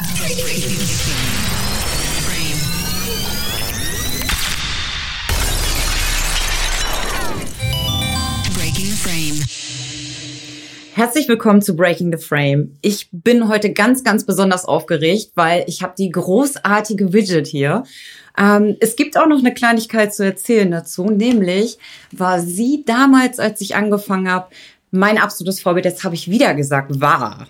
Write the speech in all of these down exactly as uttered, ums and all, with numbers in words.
Herzlich willkommen zu Breaking the Frame. Ich bin heute ganz, ganz besonders aufgeregt, weil ich habe die großartige Widget hier. Ähm, es gibt auch noch eine Kleinigkeit zu erzählen dazu, nämlich war sie damals, als ich angefangen habe, mein absolutes Vorbild, jetzt habe ich wieder gesagt, war.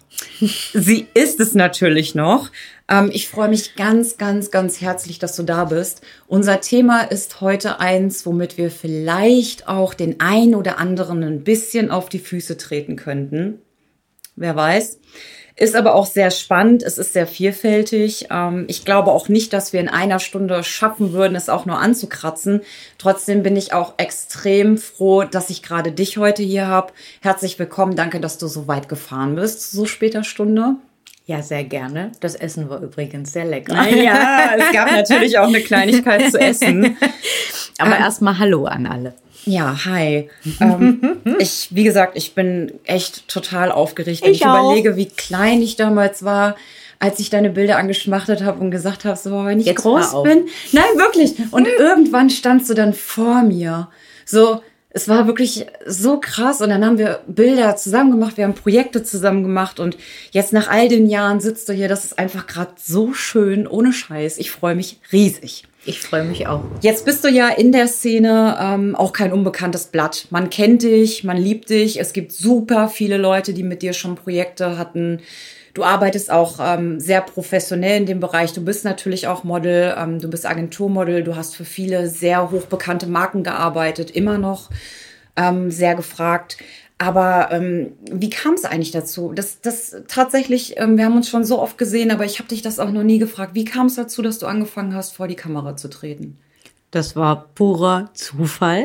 Sie ist es natürlich noch. Ähm, ich freue mich ganz, ganz, ganz herzlich, dass du da bist. Unser Thema ist heute eins, womit wir vielleicht auch den einen oder anderen ein bisschen auf die Füße treten könnten. Wer weiß. Ist aber auch sehr spannend, es ist sehr vielfältig. Ähm, ich glaube auch nicht, dass wir in einer Stunde schaffen würden, es auch nur anzukratzen. Trotzdem bin ich auch extrem froh, dass ich gerade dich heute hier habe. Herzlich willkommen, danke, dass du so weit gefahren bist, zu so später Stunde. Ja, sehr gerne. Das Essen war übrigens sehr lecker. Ja, es gab natürlich auch eine Kleinigkeit zu essen. Aber ähm, erstmal Hallo an alle. Ja, hi. ähm, ich, wie gesagt, ich bin echt total aufgeregt, wenn ich, ich überlege, wie klein ich damals war, als ich deine Bilder angeschmachtet habe und gesagt habe, so, wenn ich Jetzt groß bin. Nein, wirklich. Und irgendwann standst du dann vor mir. So, es war wirklich so krass. Und dann haben wir Bilder zusammen gemacht, wir haben Projekte zusammen gemacht. Und jetzt nach all den Jahren sitzt du hier. Das ist einfach gerade so schön, ohne Scheiß. Ich freue mich riesig. Ich freue mich auch. Jetzt bist du ja in der Szene ähm, auch kein unbekanntes Blatt. Man kennt dich, man liebt dich. Es gibt super viele Leute, die mit dir schon Projekte hatten. Du arbeitest auch ähm, sehr professionell in dem Bereich. Du bist natürlich auch Model, ähm, du bist Agenturmodel. Du hast für viele sehr hochbekannte Marken gearbeitet, immer noch ähm, sehr gefragt. Aber ähm, wie kam es eigentlich dazu? Das, das tatsächlich, ähm, wir haben uns schon so oft gesehen, aber ich habe dich das auch noch nie gefragt. Wie kam es dazu, dass du angefangen hast, vor die Kamera zu treten? Das war purer Zufall.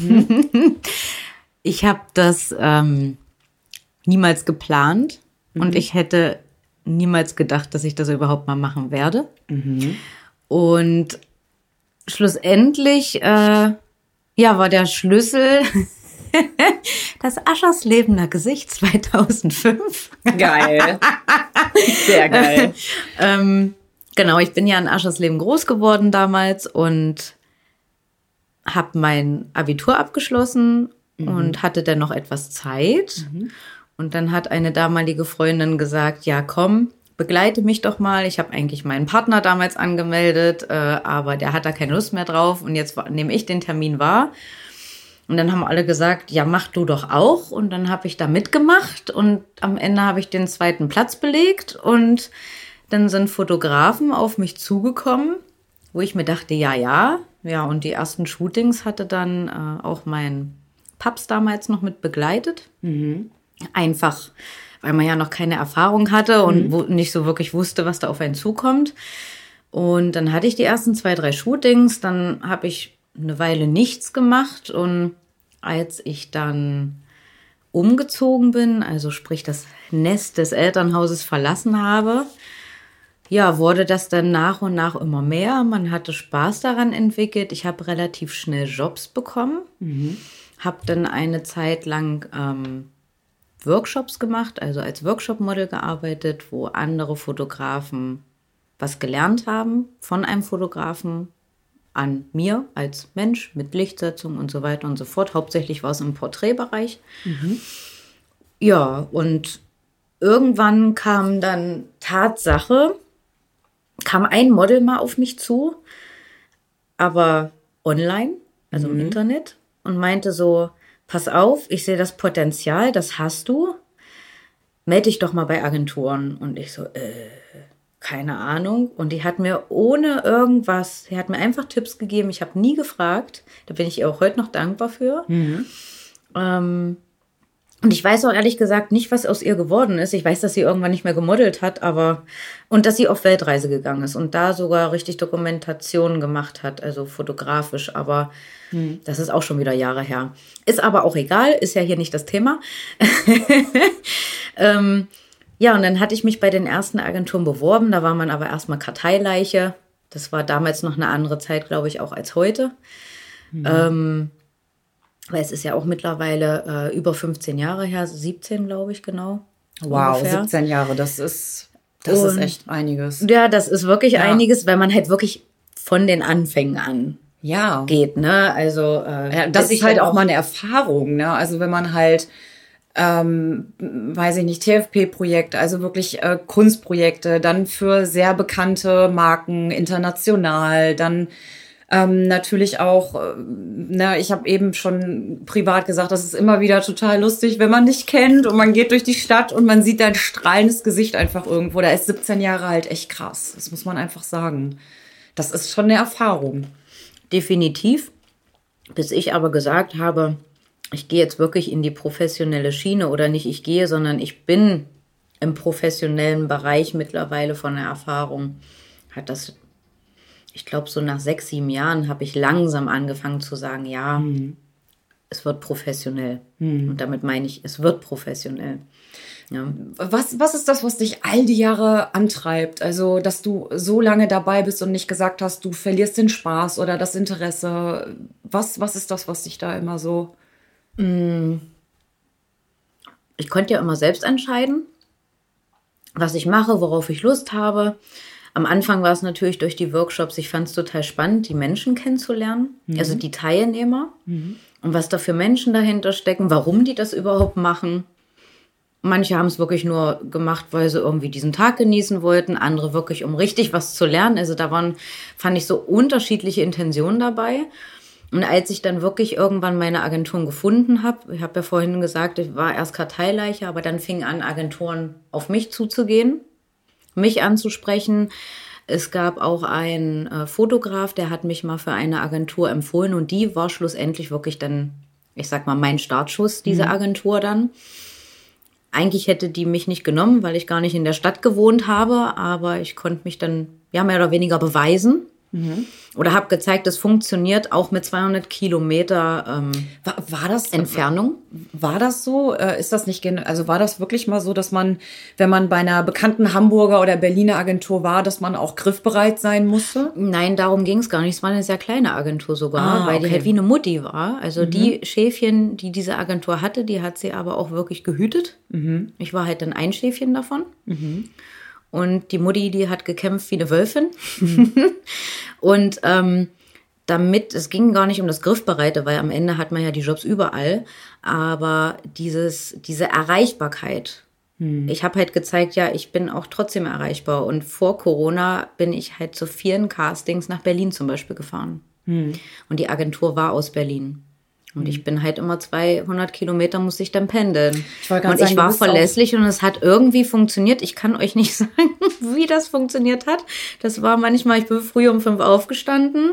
Mhm. Ich habe das ähm, niemals geplant mhm. und ich hätte niemals gedacht, dass ich das überhaupt mal machen werde. Mhm. Und schlussendlich, äh, ja, war der Schlüssel das Aschersleben Gesicht zweitausendfünf. Geil. Sehr geil. ähm, genau, ich bin ja in Aschersleben groß geworden damals und habe mein Abitur abgeschlossen mhm. und hatte dann noch etwas Zeit. Mhm. Und dann hat eine damalige Freundin gesagt, ja komm, begleite mich doch mal. Ich habe eigentlich meinen Partner damals angemeldet, äh, aber der hat da keine Lust mehr drauf. Und jetzt nehme ich den Termin wahr. Und dann haben alle gesagt, ja, mach du doch auch. Und dann habe ich da mitgemacht und am Ende habe ich den zweiten Platz belegt. Und dann sind Fotografen auf mich zugekommen, wo ich mir dachte, ja, ja. Ja, und die ersten Shootings hatte dann äh, auch mein Paps damals noch mit begleitet. Mhm. Einfach, weil man ja noch keine Erfahrung hatte und mhm. wo, nicht so wirklich wusste, was da auf einen zukommt. Und dann hatte ich die ersten zwei, drei Shootings. Dann habe ich eine Weile nichts gemacht und als ich dann umgezogen bin, also sprich das Nest des Elternhauses verlassen habe, ja, wurde das dann nach und nach immer mehr. Man hatte Spaß daran entwickelt. Ich habe relativ schnell Jobs bekommen, mhm. habe dann eine Zeit lang ähm, Workshops gemacht, also als Workshop-Model gearbeitet, wo andere Fotografen was gelernt haben von einem Fotografen, an mir als Mensch mit Lichtsetzung und so weiter und so fort. Hauptsächlich war es im Porträtbereich. Mhm. Ja, und irgendwann kam dann Tatsache, kam ein Model mal auf mich zu, aber online, also mhm. im Internet, und meinte so, pass auf, ich sehe das Potenzial, das hast du, melde dich doch mal bei Agenturen. Und ich so, äh... keine Ahnung. Und die hat mir ohne irgendwas, die hat mir einfach Tipps gegeben. Ich habe nie gefragt. Da bin ich ihr auch heute noch dankbar für. Mhm. Ähm, und ich weiß auch ehrlich gesagt nicht, was aus ihr geworden ist. Ich weiß, dass sie irgendwann nicht mehr gemodelt hat, aber und dass sie auf Weltreise gegangen ist und da sogar richtig Dokumentationen gemacht hat, also fotografisch. Aber mhm. das ist auch schon wieder Jahre her. Ist aber auch egal, ist ja hier nicht das Thema. ähm, Ja, und dann hatte ich mich bei den ersten Agenturen beworben. Da war man aber erstmal Karteileiche. Das war damals noch eine andere Zeit, glaube ich, auch als heute. Mhm. Ähm, weil es ist ja auch mittlerweile äh, über fünfzehn Jahre her, siebzehn, glaube ich, genau. Wow, ungefähr. siebzehn Jahre, das ist Das Und ist echt einiges. Ja, das ist wirklich Ja. einiges, wenn man halt wirklich von den Anfängen an Ja. geht, ne? Also äh, Ja, das bis ich ist halt dann auch mal eine Erfahrung, ne? Also wenn man halt, ähm, weiß ich nicht, T F P-Projekte, also wirklich äh, Kunstprojekte, dann für sehr bekannte Marken international, dann ähm, natürlich auch, äh, ne, ich habe eben schon privat gesagt, das ist immer wieder total lustig, wenn man dich kennt und man geht durch die Stadt und man sieht dein strahlendes Gesicht einfach irgendwo. Da ist siebzehn Jahre halt echt krass, das muss man einfach sagen. Das ist schon eine Erfahrung. definitiv, bis ich aber gesagt habe, ich gehe jetzt wirklich in die professionelle Schiene oder nicht ich gehe, sondern ich bin im professionellen Bereich mittlerweile von der Erfahrung, hat das, ich glaube, so nach sechs, sieben Jahren habe ich langsam angefangen zu sagen, ja, mhm. es wird professionell. Mhm. Und damit meine ich, es wird professionell. Ja. Was, was ist das, was dich all die Jahre antreibt? Also, dass du so lange dabei bist und nicht gesagt hast, du verlierst den Spaß oder das Interesse. Was, was ist das, was dich da immer so... Ich konnte ja immer selbst entscheiden, was ich mache, worauf ich Lust habe. Am Anfang war es natürlich durch die Workshops, ich fand es total spannend, die Menschen kennenzulernen, mhm. also die Teilnehmer mhm. und was da für Menschen dahinter stecken, warum die das überhaupt machen. Manche haben es wirklich nur gemacht, weil sie irgendwie diesen Tag genießen wollten, andere wirklich, um richtig was zu lernen. Also da waren, fand ich so unterschiedliche Intentionen dabei. Und als ich dann wirklich irgendwann meine Agenturen gefunden habe, ich habe ja vorhin gesagt, ich war erst Karteileiche, aber dann fingen an, Agenturen auf mich zuzugehen, mich anzusprechen. Es gab auch einen äh, Fotograf, der hat mich mal für eine Agentur empfohlen und die war schlussendlich wirklich dann, ich sag mal, mein Startschuss, diese mhm. Agentur dann. Eigentlich hätte die mich nicht genommen, weil ich gar nicht in der Stadt gewohnt habe, aber ich konnte mich dann ja mehr oder weniger beweisen. Mhm. Oder habe gezeigt, es funktioniert auch mit zweihundert Kilometer ähm, war, war das, Entfernung. War das so? Äh, ist das nicht, also war das wirklich mal so, dass man, wenn man bei einer bekannten Hamburger oder Berliner Agentur war, dass man auch griffbereit sein musste? Nein, darum ging es gar nicht. Es war eine sehr kleine Agentur sogar, ah, weil okay. die halt wie eine Mutti war. Also mhm. die Schäfchen, die diese Agentur hatte, die hat sie aber auch wirklich gehütet. Mhm. Ich war halt dann ein Schäfchen davon. Mhm. Und die Mutti, die hat gekämpft wie eine Wölfin. Mhm. Und ähm, damit, es ging gar nicht um das Griffbereite, weil am Ende hat man ja die Jobs überall, aber dieses, diese Erreichbarkeit. Mhm. Ich habe halt gezeigt, ja, ich bin auch trotzdem erreichbar. Und vor Corona bin ich halt zu vielen Castings nach Berlin zum Beispiel gefahren. Mhm. Und die Agentur war aus Berlin. Und ich bin halt immer zweihundert Kilometer, muss ich dann pendeln. Ich und sagen, ich war verlässlich und es hat irgendwie funktioniert. Ich kann euch nicht sagen, wie das funktioniert hat. Das war manchmal, ich bin früh um fünf aufgestanden,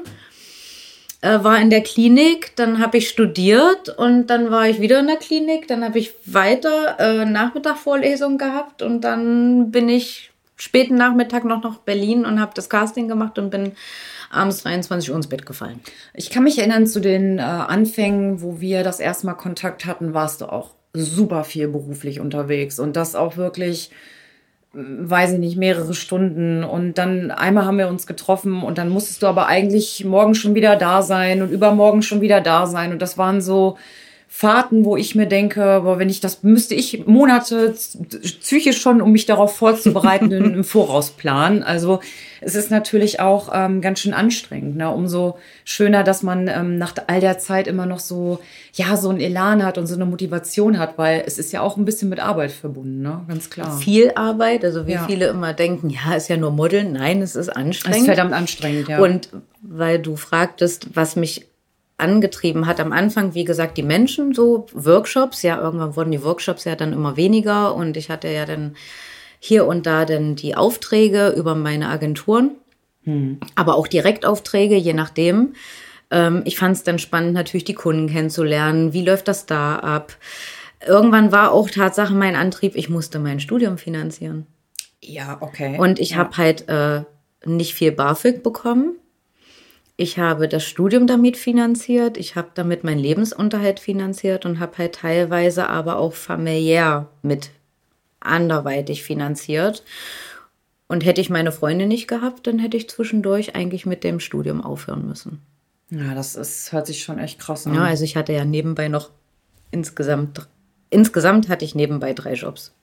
äh, war in der Klinik, dann habe ich studiert und dann war ich wieder in der Klinik. Dann habe ich weiter äh, Nachmittagvorlesung gehabt und dann bin ich späten Nachmittag noch nach Berlin und habe das Casting gemacht und bin abends dreiundzwanzig Uhr ins Bett gefallen. Ich kann mich erinnern zu den äh, Anfängen, wo wir das erste Mal Kontakt hatten, warst du auch super viel beruflich unterwegs und das auch wirklich, weiß ich nicht, mehrere Stunden und dann einmal haben wir uns getroffen und dann musstest du aber eigentlich morgen schon wieder da sein und übermorgen schon wieder da sein und das waren so Fahrten, wo ich mir denke, boah, wenn ich das, müsste ich Monate psychisch schon, um mich darauf vorzubereiten, im Voraus planen. Also es ist natürlich auch ähm, ganz schön anstrengend. Ne? Umso schöner, dass man ähm, nach all der Zeit immer noch so, ja, so einen Elan hat und so eine Motivation hat, weil es ist ja auch ein bisschen mit Arbeit verbunden, ne? Ganz klar. Viel Arbeit, also wie ja. viele immer denken, ja, ist ja nur Modeln. Nein, es ist anstrengend. Es ist verdammt anstrengend, ja. Und weil du fragtest, was mich angetrieben hat am Anfang, wie gesagt, die Menschen, so Workshops, ja, irgendwann wurden die Workshops ja dann immer weniger und ich hatte ja dann hier und da dann die Aufträge über meine Agenturen, hm. aber auch Direktaufträge, je nachdem. Ähm, ich fand es dann spannend, natürlich die Kunden kennenzulernen, wie läuft das da ab. Irgendwann war auch Tatsache mein Antrieb, ich musste mein Studium finanzieren. Ja, okay. Und ich ja. habe halt äh, nicht viel BAföG bekommen. Ich habe das Studium damit finanziert, ich habe damit meinen Lebensunterhalt finanziert und habe halt teilweise aber auch familiär mit anderweitig finanziert. Und hätte ich meine Freunde nicht gehabt, dann hätte ich zwischendurch eigentlich mit dem Studium aufhören müssen. Ja, das ist, hört sich schon echt krass an. Ja, also ich hatte ja nebenbei noch insgesamt, insgesamt hatte ich nebenbei drei Jobs.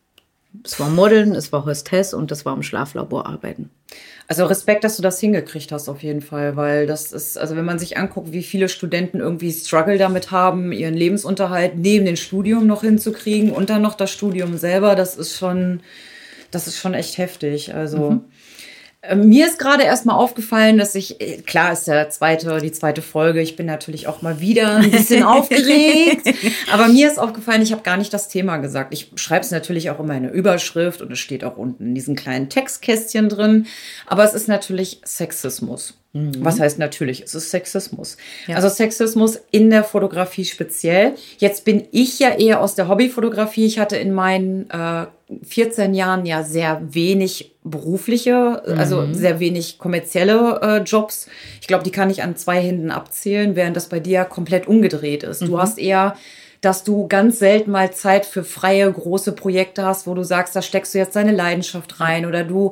Es war Modeln, es war Hostess und es war im Schlaflabor arbeiten. Also Respekt, dass du das hingekriegt hast auf jeden Fall, weil das ist, also wenn man sich anguckt, wie viele Studenten irgendwie Struggle damit haben, ihren Lebensunterhalt neben dem Studium noch hinzukriegen und dann noch das Studium selber, das ist schon, das ist schon echt heftig. Also mhm. Mir ist gerade erstmal aufgefallen, dass ich, klar ist der zweite, die zweite Folge, ich bin natürlich auch mal wieder ein bisschen aufgeregt, aber mir ist aufgefallen, ich habe gar nicht das Thema gesagt. Ich schreibe es natürlich auch immer in der Überschrift und es steht auch unten in diesen kleinen Textkästchen drin, aber es ist natürlich Sexismus. Mhm. Was heißt natürlich? Es ist Sexismus. Ja. Also Sexismus in der Fotografie speziell. Jetzt bin ich ja eher aus der Hobbyfotografie. Ich hatte in meinen äh, vierzehn Jahren ja sehr wenig berufliche, mhm. also sehr wenig kommerzielle äh, Jobs. Ich glaube, die kann ich an zwei Händen abzählen, während das bei dir komplett umgedreht ist. Mhm. Du hast eher, dass du ganz selten mal Zeit für freie, große Projekte hast, wo du sagst, da steckst du jetzt deine Leidenschaft rein oder du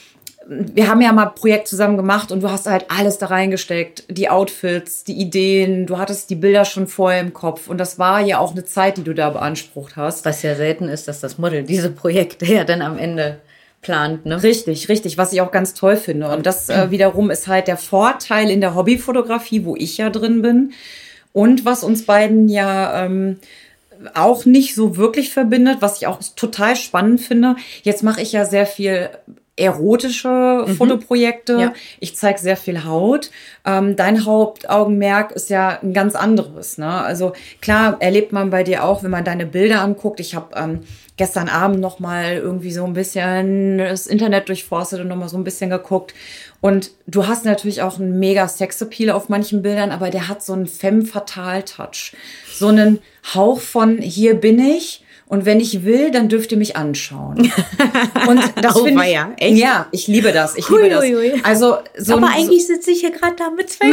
wir haben ja mal ein Projekt zusammen gemacht und du hast halt alles da reingesteckt. Die Outfits, die Ideen, du hattest die Bilder schon vorher im Kopf. Und das war ja auch eine Zeit, die du da beansprucht hast. Was ja selten ist, dass das Model diese Projekte ja dann am Ende plant, ne? Richtig, richtig, was ich auch ganz toll finde. Und das äh, wiederum ist halt der Vorteil in der Hobbyfotografie, wo ich ja drin bin. Und was uns beiden ja ähm, auch nicht so wirklich verbindet, was ich auch total spannend finde. Jetzt mache ich ja sehr viel erotische mhm. Fotoprojekte. Ja. Ich zeige sehr viel Haut. Ähm, dein Hauptaugenmerk ist ja ein ganz anderes. Ne? Also klar erlebt man bei dir auch, wenn man deine Bilder anguckt. Ich habe ähm, gestern Abend noch mal irgendwie so ein bisschen das Internet durchforstet und noch mal so ein bisschen geguckt. Und du hast natürlich auch einen mega Sexappeal auf manchen Bildern, aber der hat so einen Femme-Fatale-Touch. So einen Hauch von hier bin ich. Und wenn ich will, dann dürft ihr mich anschauen. Und das oh, finde ich, ja, echt? Ja, ich liebe das. Ich liebe das. Also so aber ein, eigentlich sitze ich hier gerade da mit zwei mit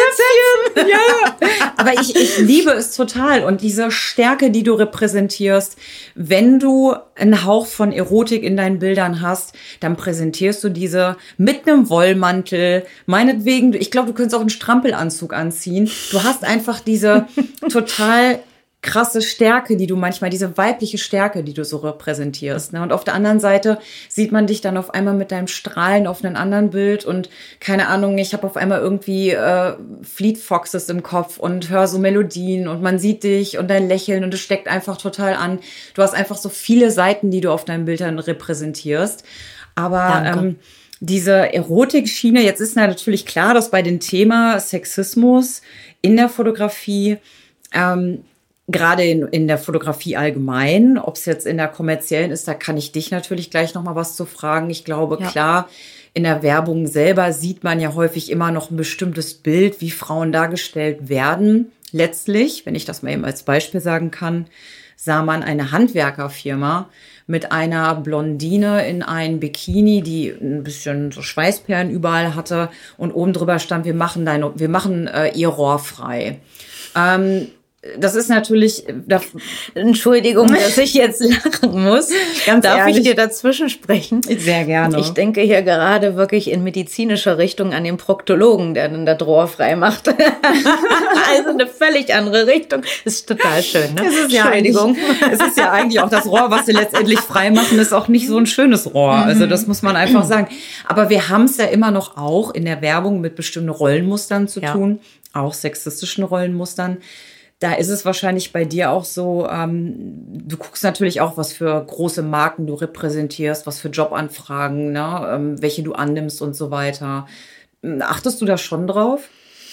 zwei Zöpfchen. Ja. Aber ich ich liebe es total und diese Stärke, die du repräsentierst, wenn du einen Hauch von Erotik in deinen Bildern hast, dann präsentierst du diese mit einem Wollmantel. Meinetwegen, ich glaube, du könntest auch einen Strampelanzug anziehen. Du hast einfach diese total krasse Stärke, die du manchmal, diese weibliche Stärke, die du so repräsentierst. Ne? Und auf der anderen Seite sieht man dich dann auf einmal mit deinem Strahlen auf einem anderen Bild und keine Ahnung, ich habe auf einmal irgendwie äh, Fleet Foxes im Kopf und höre so Melodien und man sieht dich und dein Lächeln und es steckt einfach total an. Du hast einfach so viele Seiten, die du auf deinen Bildern repräsentierst. Aber ähm, diese Erotik-Schiene, jetzt ist natürlich klar, dass bei dem Thema Sexismus in der Fotografie ähm, gerade in, in der Fotografie allgemein, ob es jetzt in der kommerziellen ist, da kann ich dich natürlich gleich noch mal was zu fragen. Ich glaube, ja. Klar, in der Werbung selber sieht man ja häufig immer noch ein bestimmtes Bild, wie Frauen dargestellt werden. Letztlich, wenn ich das mal eben als Beispiel sagen kann, sah man eine Handwerkerfirma mit einer Blondine in ein Bikini, die ein bisschen so Schweißperlen überall hatte und oben drüber stand, wir machen deine, wir machen äh, ihr Rohr frei. Ähm, Das ist natürlich... Da Entschuldigung, dass ich jetzt lachen muss. Ganz Darf ehrlich? ich dir dazwischen sprechen? Sehr gerne. Ich denke hier gerade wirklich in medizinischer Richtung an den Proktologen, der dann das Rohr frei macht. Also eine völlig andere Richtung. Das ist total schön, ne? Es ist ja Entschuldigung. Es ist ja eigentlich auch das Rohr, was sie letztendlich frei machen, ist auch nicht so ein schönes Rohr. Also das muss man einfach sagen. Aber wir haben es ja immer noch auch in der Werbung mit bestimmten Rollenmustern zu ja. tun, auch sexistischen Rollenmustern. Da ist es wahrscheinlich bei dir auch so, ähm, du guckst natürlich auch, was für große Marken du repräsentierst, was für Jobanfragen, ne, ähm, welche du annimmst und so weiter. Achtest du da schon drauf?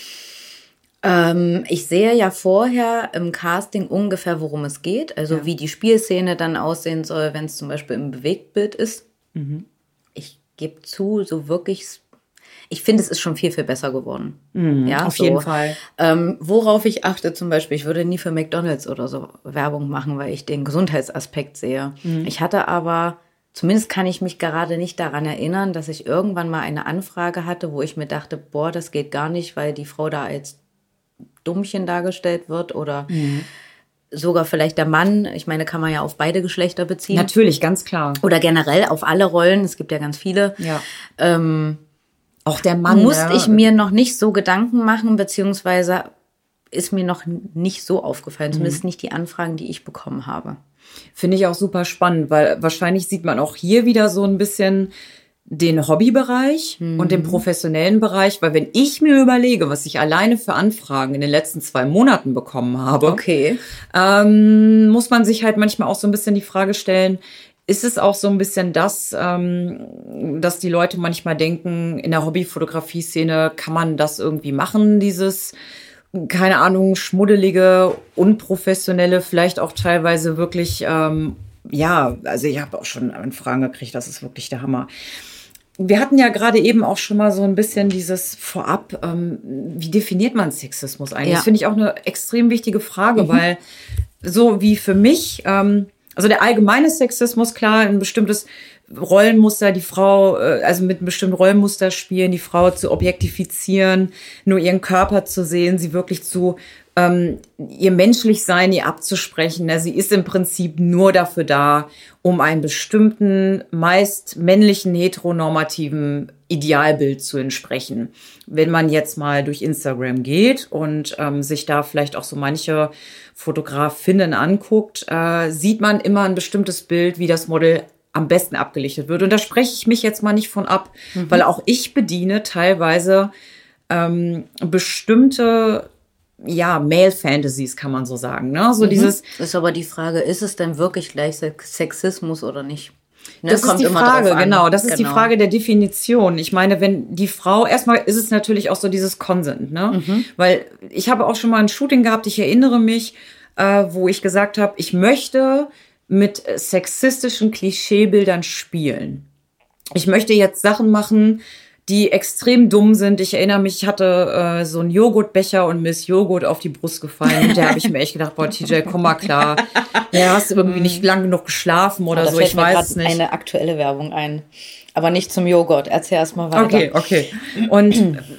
Ähm, ich sehe ja vorher im Casting ungefähr, worum es geht. Also ja. wie die Spielszene dann aussehen soll, wenn es zum Beispiel im Bewegtbild ist. Mhm. Ich gebe zu, so wirklich... Ich finde, es ist schon viel, viel besser geworden. Mm, ja, auf so. jeden Fall. Ähm, worauf ich achte zum Beispiel, ich würde nie für McDonald's oder so Werbung machen, weil ich den Gesundheitsaspekt sehe. Mm. Ich hatte aber, zumindest kann ich mich gerade nicht daran erinnern, dass ich irgendwann mal eine Anfrage hatte, wo ich mir dachte, boah, das geht gar nicht, weil die Frau da als Dummchen dargestellt wird oder mm. sogar vielleicht der Mann. Ich meine, kann man ja auf beide Geschlechter beziehen. Natürlich, ganz klar. Oder generell auf alle Rollen. Es gibt ja ganz viele. Ja. Ähm, Auch der Mann. Musste ja. ich mir noch nicht so Gedanken machen, beziehungsweise ist mir noch nicht so aufgefallen, mhm. zumindest nicht die Anfragen, die ich bekommen habe. Finde ich auch super spannend, weil wahrscheinlich sieht man auch hier wieder so ein bisschen den Hobbybereich mhm. und den professionellen Bereich, weil wenn ich mir überlege, was ich alleine für Anfragen in den letzten zwei Monaten bekommen habe, okay. ähm, muss man sich halt manchmal auch so ein bisschen die Frage stellen, ist es auch so ein bisschen das, ähm, dass die Leute manchmal denken, in der Hobbyfotografie-Szene kann man das irgendwie machen, dieses, keine Ahnung, schmuddelige, unprofessionelle, vielleicht auch teilweise wirklich, ähm, ja, also ich habe auch schon Anfragen gekriegt, das ist wirklich der Hammer. Wir hatten ja gerade eben auch schon mal so ein bisschen dieses Vorab, ähm, wie definiert man Sexismus eigentlich? Ja. Das finde ich auch eine extrem wichtige Frage, mhm. weil so wie für mich, ähm, also der allgemeine Sexismus, klar, ein bestimmtes Rollenmuster, die Frau, also mit einem bestimmten Rollenmuster spielen, die Frau zu objektifizieren, nur ihren Körper zu sehen, sie wirklich zu ähm, ihr Menschlichsein, ihr abzusprechen. Sie ist im Prinzip nur dafür da, um einem bestimmten, meist männlichen, heteronormativen Idealbild zu entsprechen. Wenn man jetzt mal durch Instagram geht und ähm, sich da vielleicht auch so manche Fotografinnen anguckt, äh, sieht man immer ein bestimmtes Bild, wie das Model am besten abgelichtet wird. Und da spreche ich mich jetzt mal nicht von ab, mhm. weil auch ich bediene teilweise ähm, bestimmte ja, Male-Fantasies, kann man so sagen. Ne? So mhm. dieses. Ist aber die Frage, ist es denn wirklich gleich Sexismus oder nicht? Ne, das ist die Frage, genau. Das ist genau. die Frage der Definition. Ich meine, wenn die Frau, erstmal ist es natürlich auch so dieses Consent, ne? Mhm. Weil ich habe auch schon mal ein Shooting gehabt, ich erinnere mich, äh, wo ich gesagt habe, ich möchte mit sexistischen Klischeebildern spielen. Ich möchte jetzt Sachen machen, die extrem dumm sind. Ich erinnere mich, ich hatte äh, so einen Joghurtbecher und Miss Joghurt auf die Brust gefallen. Und da habe ich mir echt gedacht, boah, T J, komm mal klar. Ja, hast du irgendwie nicht lang genug geschlafen oder oh, so, ich weiß es nicht. Eine aktuelle Werbung ein. Aber nicht zum Joghurt. Erzähl erst mal weiter. Okay, okay. Und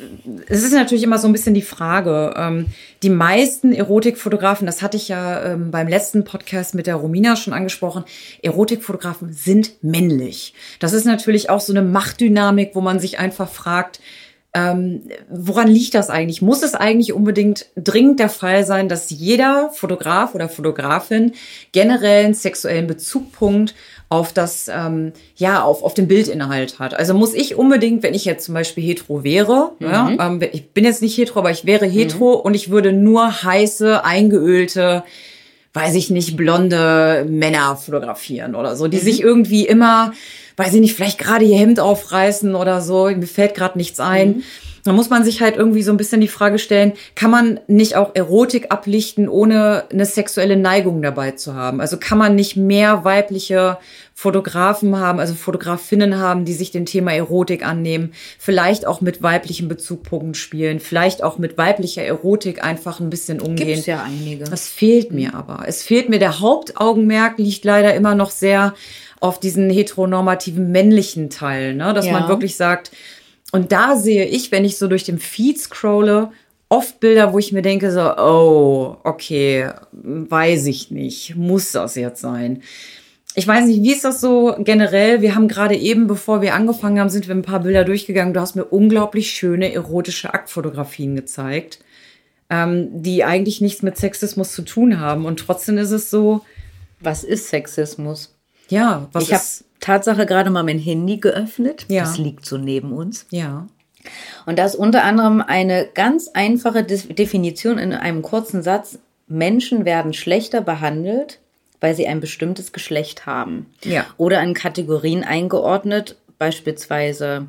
es ist natürlich immer so ein bisschen die Frage, ähm, die meisten Erotikfotografen, das hatte ich ja ähm, beim letzten Podcast mit der Romina schon angesprochen, Erotikfotografen sind männlich. Das ist natürlich auch so eine Machtdynamik, wo man sich einfach fragt, ähm, woran liegt das eigentlich? Muss es eigentlich unbedingt dringend der Fall sein, dass jeder Fotograf oder Fotografin generell einen sexuellen Bezugpunkt auf das, ähm, ja, auf, auf den Bildinhalt hat? Also muss ich unbedingt, wenn ich jetzt zum Beispiel hetero wäre, mhm. ja, ähm, ich bin jetzt nicht hetero, aber ich wäre hetero mhm. und ich würde nur heiße, eingeölte, weiß ich nicht, blonde Männer fotografieren oder so, die mhm. sich irgendwie immer, weiß ich nicht, vielleicht gerade ihr Hemd aufreißen oder so, mir fällt gerade nichts ein. Mhm. Da muss man sich halt irgendwie so ein bisschen die Frage stellen, kann man nicht auch Erotik ablichten, ohne eine sexuelle Neigung dabei zu haben? Also kann man nicht mehr weibliche Fotografen haben, also Fotografinnen haben, die sich dem Thema Erotik annehmen, vielleicht auch mit weiblichen Bezugspunkten spielen, vielleicht auch mit weiblicher Erotik einfach ein bisschen umgehen. Gibt's ja einige. Das fehlt mir aber. Es fehlt mir, der Hauptaugenmerk liegt leider immer noch sehr auf diesen heteronormativen männlichen Teil, ne? Dass ja. man wirklich sagt, und da sehe ich, wenn ich so durch den Feed scrolle, oft Bilder, wo ich mir denke so, oh, okay, weiß ich nicht, muss das jetzt sein? Ich weiß nicht, wie ist das so generell? Wir haben gerade eben, bevor wir angefangen haben, sind wir ein paar Bilder durchgegangen. Du hast mir unglaublich schöne erotische Aktfotografien gezeigt, ähm, die eigentlich nichts mit Sexismus zu tun haben. Und trotzdem ist es so. Was ist Sexismus? Ja, was ich habe Tatsache gerade mal mein Handy geöffnet. Ja. Das liegt so neben uns. Ja. Und da ist unter anderem eine ganz einfache Definition in einem kurzen Satz. Menschen werden schlechter behandelt, weil sie ein bestimmtes Geschlecht haben. Ja. Oder in Kategorien eingeordnet, beispielsweise,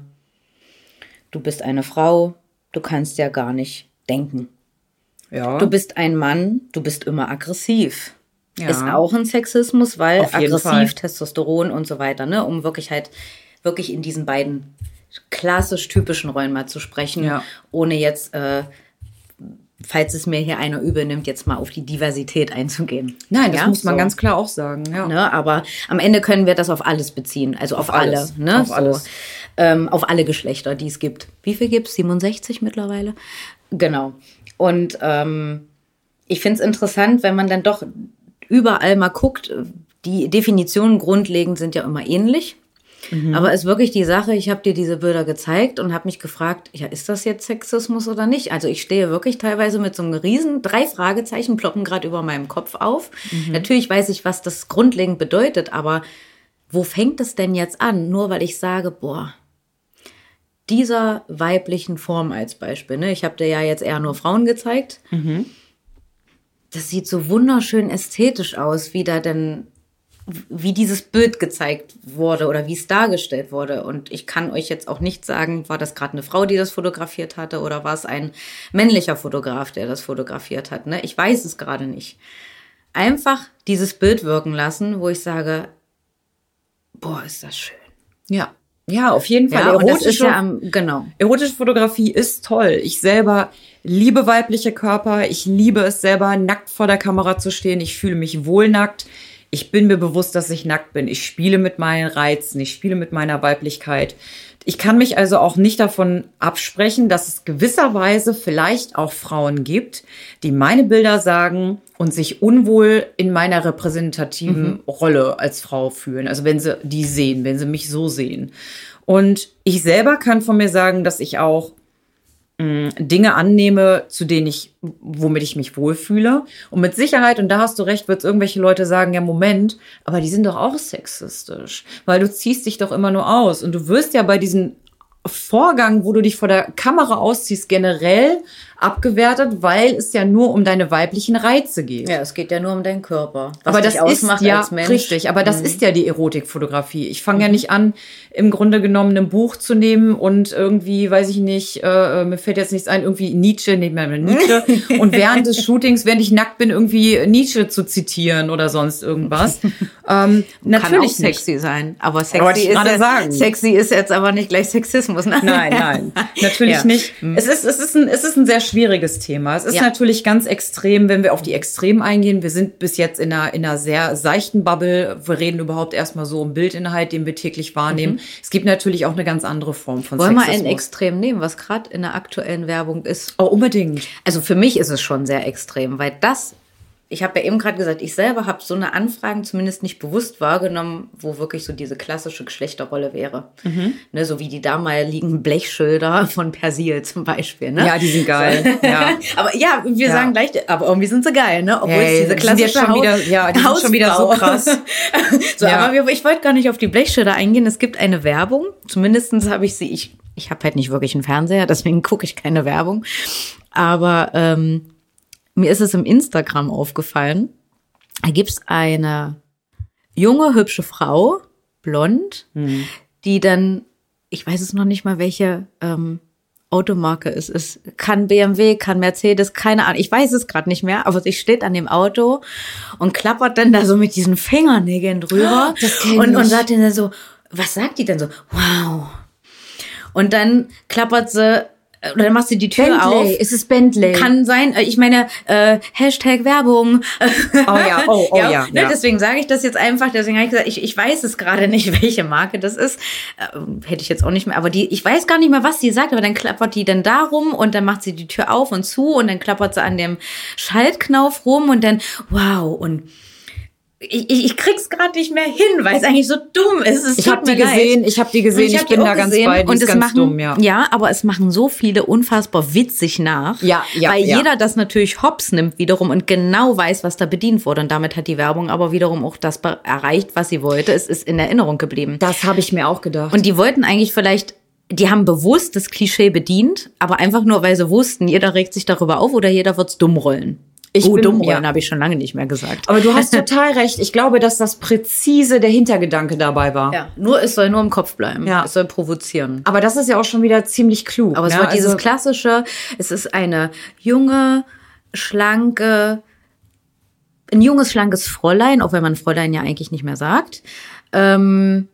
du bist eine Frau, du kannst ja gar nicht denken. Ja. Du bist ein Mann, du bist immer aggressiv. Ja. Ist auch ein Sexismus, weil Auf jeden aggressiv, Fall. Testosteron und so weiter, ne, um wirklich halt, wirklich in diesen beiden klassisch typischen Rollen mal zu sprechen, Ja. ohne jetzt, äh, falls es mir hier einer übel nimmt, jetzt mal auf die Diversität einzugehen. Nein, das ja? muss man so. ganz klar auch sagen. Ja. Ne, aber am Ende können wir das auf alles beziehen, also auf, Auf alle, alles. ne, Auf so, alles. Ähm, auf alle Geschlechter, die es gibt. Wie viel gibt's? siebenundsechzig mittlerweile? Genau. Und ähm, ich finde es interessant, wenn man dann doch überall mal guckt, die Definitionen grundlegend sind ja immer ähnlich. Mhm. Aber es ist wirklich die Sache, ich habe dir diese Bilder gezeigt und habe mich gefragt, ja, ist das jetzt Sexismus oder nicht? Also ich stehe wirklich teilweise mit so einem riesen, drei Fragezeichen ploppen gerade über meinem Kopf auf. Mhm. Natürlich weiß ich, was das grundlegend bedeutet, aber wo fängt es denn jetzt an? Nur weil ich sage, boah, dieser weiblichen Form als Beispiel, ne? Ich habe dir ja jetzt eher nur Frauen gezeigt. Mhm. Das sieht so wunderschön ästhetisch aus, wie da denn, wie dieses Bild gezeigt wurde oder wie es dargestellt wurde. Und ich kann euch jetzt auch nicht sagen, war das gerade eine Frau, die das fotografiert hatte oder war es ein männlicher Fotograf, der das fotografiert hat, ne? Ich weiß es gerade nicht. Einfach dieses Bild wirken lassen, wo ich sage, boah, ist das schön. Ja. Ja, auf jeden Fall. Ja, erotische, ist ja am, genau. Erotische Fotografie ist toll. Ich selber liebe weibliche Körper. Ich liebe es selber, nackt vor der Kamera zu stehen. Ich fühle mich wohl nackt. Ich bin mir bewusst, dass ich nackt bin. Ich spiele mit meinen Reizen. Ich spiele mit meiner Weiblichkeit. Ich kann mich also auch nicht davon absprechen, dass es gewisserweise vielleicht auch Frauen gibt, die meine Bilder sagen und sich unwohl in meiner repräsentativen mhm. Rolle als Frau fühlen. Also wenn sie die sehen, wenn sie mich so sehen. Und ich selber kann von mir sagen, dass ich auch mh, Dinge annehme, zu denen ich, womit ich mich wohlfühle. Und mit Sicherheit, und da hast du recht, wird es irgendwelche Leute sagen, ja Moment, aber die sind doch auch sexistisch. Weil du ziehst dich doch immer nur aus. Und du wirst ja bei diesen Vorgang, wo du dich vor der Kamera ausziehst, generell abgewertet, weil es ja nur um deine weiblichen Reize geht. Ja, es geht ja nur um deinen Körper. Was aber das dich ausmacht ist ja als Mensch. Richtig, aber das mhm. ist ja die Erotikfotografie. Ich fange mhm. ja nicht an, im Grunde genommen ein Buch zu nehmen und irgendwie, weiß ich nicht, äh, mir fällt jetzt nichts ein, irgendwie Nietzsche, nicht mehr Nietzsche und während des Shootings, während ich nackt bin, irgendwie Nietzsche zu zitieren oder sonst irgendwas. ähm, natürlich kann auch nicht. sexy sein, aber sexy aber ich ist gerade jetzt, sagen. sexy ist jetzt aber nicht gleich Sexismus. Ne? Nein, nein, natürlich ja. nicht. Es ist, es ist ein, es ist ein sehr schwieriges Thema. Es ist ja. natürlich ganz extrem, wenn wir auf die Extremen eingehen. Wir sind bis jetzt in einer, in einer sehr seichten Bubble. Wir reden überhaupt erstmal so um Bildinhalt, den wir täglich wahrnehmen. Mhm. Es gibt natürlich auch eine ganz andere Form von Wollen Sexismus. Wollen wir ein Extrem nehmen, was gerade in der aktuellen Werbung ist? Oh, unbedingt. Also für mich ist es schon sehr extrem, weil das, ich habe ja eben gerade gesagt, ich selber habe so eine Anfragen zumindest nicht bewusst wahrgenommen, wo wirklich so diese klassische Geschlechterrolle wäre. Mhm. Ne, so wie die damaligen Blechschilder von Persil zum Beispiel. Ne? Ja, die sind geil. So. Ja. Aber ja, wir ja. sagen gleich, aber irgendwie sind sie geil, ne? Obwohl hey, es diese klassische schon Haus- wieder, ja, die sind schon wieder so krass. so, ja. aber wir, ich wollte gar nicht auf die Blechschilder eingehen. Es gibt eine Werbung, zumindestens habe ich sie, ich, ich habe halt nicht wirklich einen Fernseher, deswegen gucke ich keine Werbung. Aber ähm, mir ist es im Instagram aufgefallen, da gibt's eine junge, hübsche Frau, blond, hm. die dann, ich weiß es noch nicht mal, welche ähm, Automarke es ist. Kann B M W, kann Mercedes, keine Ahnung. Ich weiß es gerade nicht mehr, aber sie steht an dem Auto und klappert dann da so mit diesen Fingernägeln drüber oh, und, und sagt dann so, was sagt die denn so? Wow. Und dann klappert sie, oder dann machst du die Tür Bentley. auf. Ist es Bentley? Kann sein. Ich meine, äh, Hashtag Werbung. Oh ja, oh, oh ja. ja, ne, ja. Deswegen sage ich das jetzt einfach. Deswegen habe ich gesagt, ich, ich weiß es gerade nicht, welche Marke das ist. Äh, hätte ich jetzt auch nicht mehr. Aber die, ich weiß gar nicht mehr, was sie sagt. Aber dann klappert die dann da rum und dann macht sie die Tür auf und zu und dann klappert sie an dem Schaltknauf rum und dann, wow, und Ich, ich, ich krieg's gerade nicht mehr hin, weil es eigentlich so dumm ist. Es ich habe die gesehen, ich habe die gesehen, ich, ich bin da ganz bei, die und ist es ganz machen, dumm, ja. Ja, aber es machen so viele unfassbar witzig nach, ja, ja, weil ja. jeder das natürlich hops nimmt wiederum und genau weiß, was da bedient wurde. Und damit hat die Werbung aber wiederum auch das erreicht, was sie wollte. Es ist in Erinnerung geblieben. Das habe ich mir auch gedacht. Und die wollten eigentlich vielleicht, die haben bewusst das Klischee bedient, aber einfach nur, weil sie wussten, jeder regt sich darüber auf oder jeder wird's dumm rollen. Ich oh, bin, dumm rollen ja. habe ich schon lange nicht mehr gesagt. Aber du hast total recht. Ich glaube, dass das präzise der Hintergedanke dabei war. Ja, nur es soll nur im Kopf bleiben. Ja. Es soll provozieren. Aber das ist ja auch schon wieder ziemlich klug. Aber es ne? wird dieses also, klassische, es ist eine junge, schlanke, ein junges, schlankes Fräulein, auch wenn man Fräulein ja eigentlich nicht mehr sagt, ähm,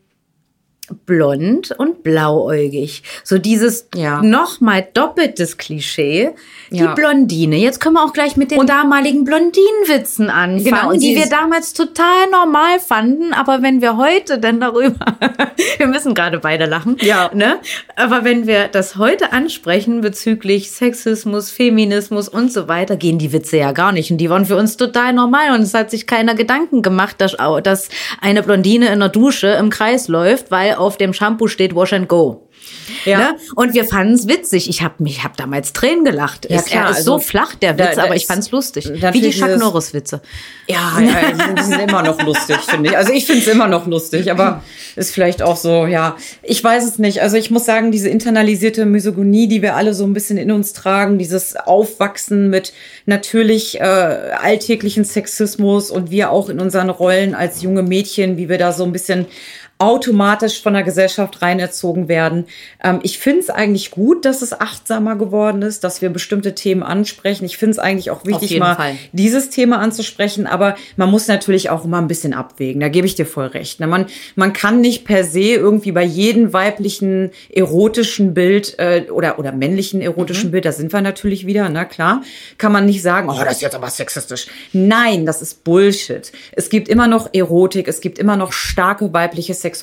blond und blauäugig. So dieses ja. nochmal doppeltes Klischee, die ja. Blondine. Jetzt können wir auch gleich mit den und damaligen Blondinenwitzen anfangen, genau, die wir damals total normal fanden. Aber wenn wir heute dann darüber, wir müssen gerade beide lachen, ja. ne? Aber wenn wir das heute ansprechen bezüglich Sexismus, Feminismus und so weiter, gehen die Witze ja gar nicht. Und die waren für uns total normal. Und es hat sich keiner Gedanken gemacht, dass, dass eine Blondine in der Dusche im Kreis läuft, weil auf dem Shampoo steht Wash and Go. Ja. Ne? Und wir fanden es witzig. Ich habe mich hab damals Tränen gelacht. Ja, ist, klar, er ist also, so flach, der Witz, da, da aber ich ist- fand's lustig. da Wie die fehlt Chuck dieses- Norris-Witze. Ja, ja, die sind, die sind immer noch lustig, finde ich. Also ich finde es immer noch lustig, aber ist vielleicht auch so, ja, ich weiß es nicht. Also ich muss sagen, diese internalisierte Misogynie, die wir alle so ein bisschen in uns tragen, dieses Aufwachsen mit natürlich äh, alltäglichen Sexismus und wir auch in unseren Rollen als junge Mädchen, wie wir da so ein bisschen automatisch von der Gesellschaft reinerzogen werden. Ähm, ich finde es eigentlich gut, dass es achtsamer geworden ist, dass wir bestimmte Themen ansprechen. Ich finde es eigentlich auch wichtig, jeden mal Fall. dieses Thema anzusprechen, aber man muss natürlich auch immer ein bisschen abwägen. Da gebe ich dir voll recht. Ne? Man, man kann nicht per se irgendwie bei jedem weiblichen erotischen Bild äh, oder, oder männlichen erotischen Mhm. Bild, da sind wir natürlich wieder, na klar, kann man nicht sagen, oh, das ist jetzt aber sexistisch. Nein, das ist Bullshit. Es gibt immer noch Erotik, es gibt immer noch starke weibliche Sexualität.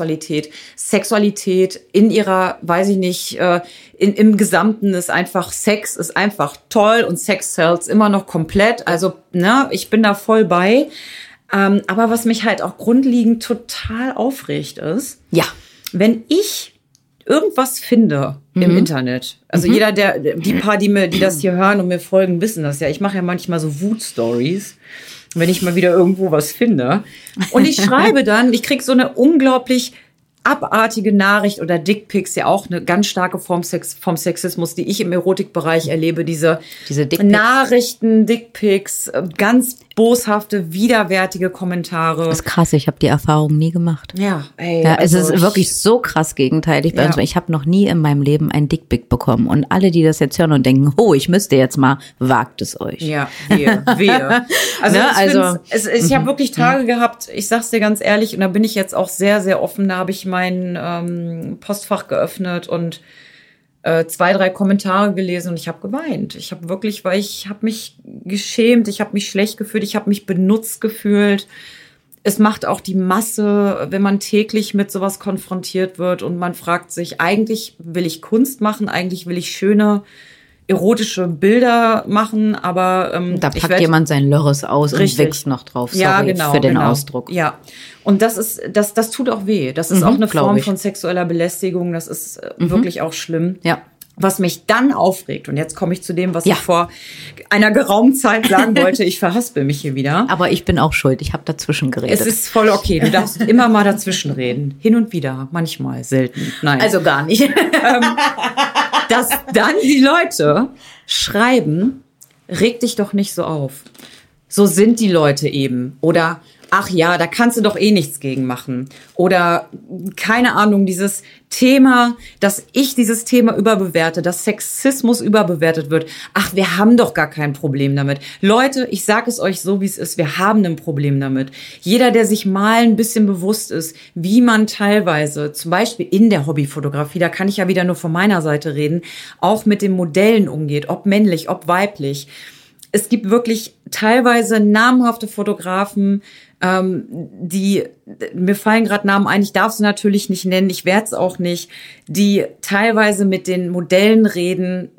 Sexualität in ihrer, weiß ich nicht, äh, in, im Gesamten ist einfach Sex, ist einfach toll und Sex sells immer noch komplett. Also, ne, ich bin da voll bei. Ähm, aber was mich halt auch grundlegend total aufregt ist, Ja. wenn ich irgendwas finde im Internet, also jeder, der, die paar, die mir, die das hier hören und mir folgen, wissen das ja. Ich mache ja manchmal so Wut-Stories, wenn ich mal wieder irgendwo was finde. Und ich schreibe dann, ich krieg so eine unglaublich abartige Nachricht oder Dickpics, ja auch eine ganz starke Form Sex, vom Sexismus, die ich im Erotikbereich erlebe. Diese, Diese Dickpics. Nachrichten, Dickpics, äh, ganz boshafte, widerwärtige Kommentare. Das ist krass, ich habe die Erfahrung nie gemacht. Ja, ey. Ja, es also ist ich- wirklich so krass gegenteilig bei Ja. uns. Ich habe noch nie in meinem Leben ein Dickpic bekommen. Und alle, die das jetzt hören und denken, oh, ich müsste jetzt mal, wagt es euch. Ja, wehe, wehe. Also, Ne, ich, also- also es, ich habe wirklich Tage gehabt, ich sag's dir ganz ehrlich, und da bin ich jetzt auch sehr, sehr offen, da habe ich mein ähm, Postfach geöffnet und äh, zwei, drei Kommentare gelesen und ich habe geweint. Ich habe wirklich, weil ich habe mich geschämt, ich habe mich schlecht gefühlt, ich habe mich benutzt gefühlt. Es macht auch die Masse, wenn man täglich mit sowas konfrontiert wird und man fragt sich, eigentlich will ich Kunst machen, eigentlich will ich schöne erotische Bilder machen, aber ähm, Da ich packt werd- jemand sein Lörres aus Richtig. und wächst noch drauf. Sorry ja, genau, für den genau. Ausdruck. Ja, und das ist, das, das tut auch weh. Das ist Mhm, auch eine glaub Form ich. von sexueller Belästigung. Das ist äh, wirklich auch schlimm. Ja. Was mich dann aufregt, und jetzt komme ich zu dem, was Ja. ich vor einer geraumen Zeit sagen wollte, ich verhaspel mich hier wieder. Aber ich bin auch schuld. Ich habe dazwischen geredet. Es ist voll okay. Du darfst immer mal dazwischen reden. Hin und wieder. Manchmal. Selten. Nein. also gar nicht. dass dann die Leute schreiben, reg dich doch nicht so auf. So sind die Leute eben. Oder, ach ja, da kannst du doch eh nichts gegen machen. Oder, keine Ahnung, dieses Thema, dass ich dieses Thema überbewerte, dass Sexismus überbewertet wird. Ach, wir haben doch gar kein Problem damit. Leute, ich sage es euch so, wie es ist, wir haben ein Problem damit. Jeder, der sich mal ein bisschen bewusst ist, wie man teilweise, zum Beispiel in der Hobbyfotografie, da kann ich ja wieder nur von meiner Seite reden, auch mit den Modellen umgeht, ob männlich, ob weiblich. Es gibt wirklich teilweise namhafte Fotografen, ähm, die, mir fallen gerade Namen ein, ich darf sie natürlich nicht nennen, ich werde es auch nicht, die teilweise mit den Modellen reden.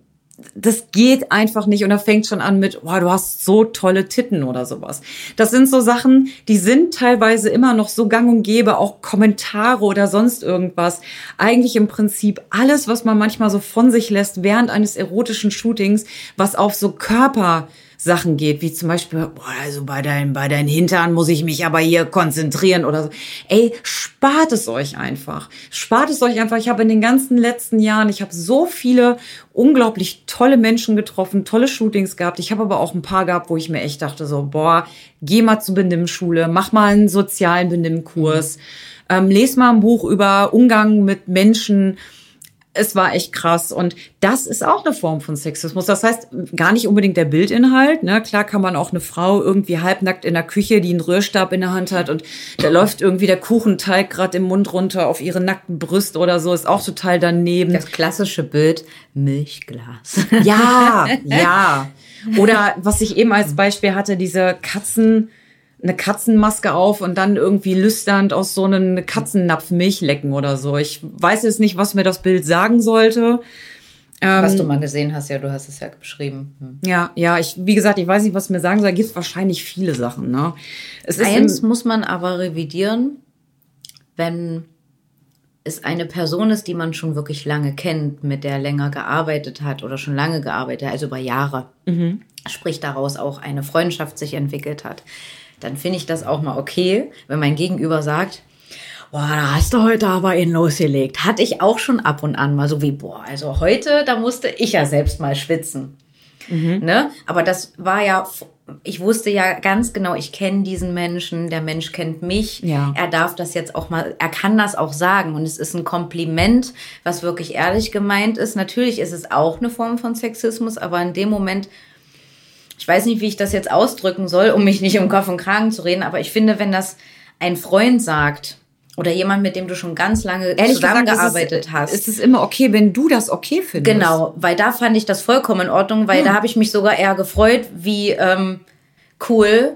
Das geht einfach nicht und da fängt schon an mit, oh, du hast so tolle Titten oder sowas. Das sind so Sachen, die sind teilweise immer noch so gang und gäbe, auch Kommentare oder sonst irgendwas. Eigentlich im Prinzip alles, was man manchmal so von sich lässt während eines erotischen Shootings, was auf so Körpersachen geht, wie zum Beispiel, boah, also bei deinem, bei deinen Hintern muss ich mich aber hier konzentrieren oder so. Ey, spart es euch einfach. Spart es euch einfach. Ich habe in den ganzen letzten Jahren, ich habe so viele unglaublich tolle Menschen getroffen, tolle Shootings gehabt. Ich habe aber auch ein paar gehabt, wo ich mir echt dachte so, boah, geh mal zur Benimmschule, mach mal einen sozialen Benimmkurs, ähm, les mal ein Buch über Umgang mit Menschen. Es war echt krass. Und das ist auch eine Form von Sexismus. Das heißt, gar nicht unbedingt der Bildinhalt. Ne? Klar kann man auch eine Frau irgendwie halbnackt in der Küche, die einen Rührstab in der Hand hat und da läuft irgendwie der Kuchenteig gerade im Mund runter auf ihre nackten Brüste oder so, ist auch total daneben. Das klassische Bild, Milchglas. Ja, ja. Oder was ich eben als Beispiel hatte, diese Katzen, eine Katzenmaske auf und dann irgendwie lüsternd aus so einem Katzennapf Milch lecken oder so. Ich weiß jetzt nicht, was mir das Bild sagen sollte. Was du mal gesehen hast, ja, du hast es ja beschrieben. Hm. Ja, ja, ich, wie gesagt, ich weiß nicht, was mir sagen soll. Da gibt es wahrscheinlich viele Sachen, ne? Es ist Eins im- muss man aber revidieren, wenn es eine Person ist, die man schon wirklich lange kennt, mit der länger gearbeitet hat oder schon lange gearbeitet hat, also über Jahre, mhm. sprich daraus auch eine Freundschaft sich entwickelt hat, dann finde ich das auch mal okay, wenn mein Gegenüber sagt, boah, da hast du heute aber einen losgelegt. Hatte ich auch schon ab und an mal so wie, boah, also heute, da musste ich ja selbst mal schwitzen. Mhm. Ne? Aber das war ja, ich wusste ja ganz genau, ich kenne diesen Menschen, der Mensch kennt mich. Ja. Er darf das jetzt auch mal, er kann das auch sagen. Und es ist ein Kompliment, was wirklich ehrlich gemeint ist. Natürlich ist es auch eine Form von Sexismus, aber in dem Moment, ich weiß nicht, wie ich das jetzt ausdrücken soll, um mich nicht um Kopf und Kragen zu reden, aber ich finde, wenn das ein Freund sagt, oder jemand, mit dem du schon ganz lange Ehrlich zusammengearbeitet gesagt, hast. Es ist immer okay, wenn du das okay findest. Genau, weil da fand ich das vollkommen in Ordnung, weil ja. da habe ich mich sogar eher gefreut, wie ähm, cool.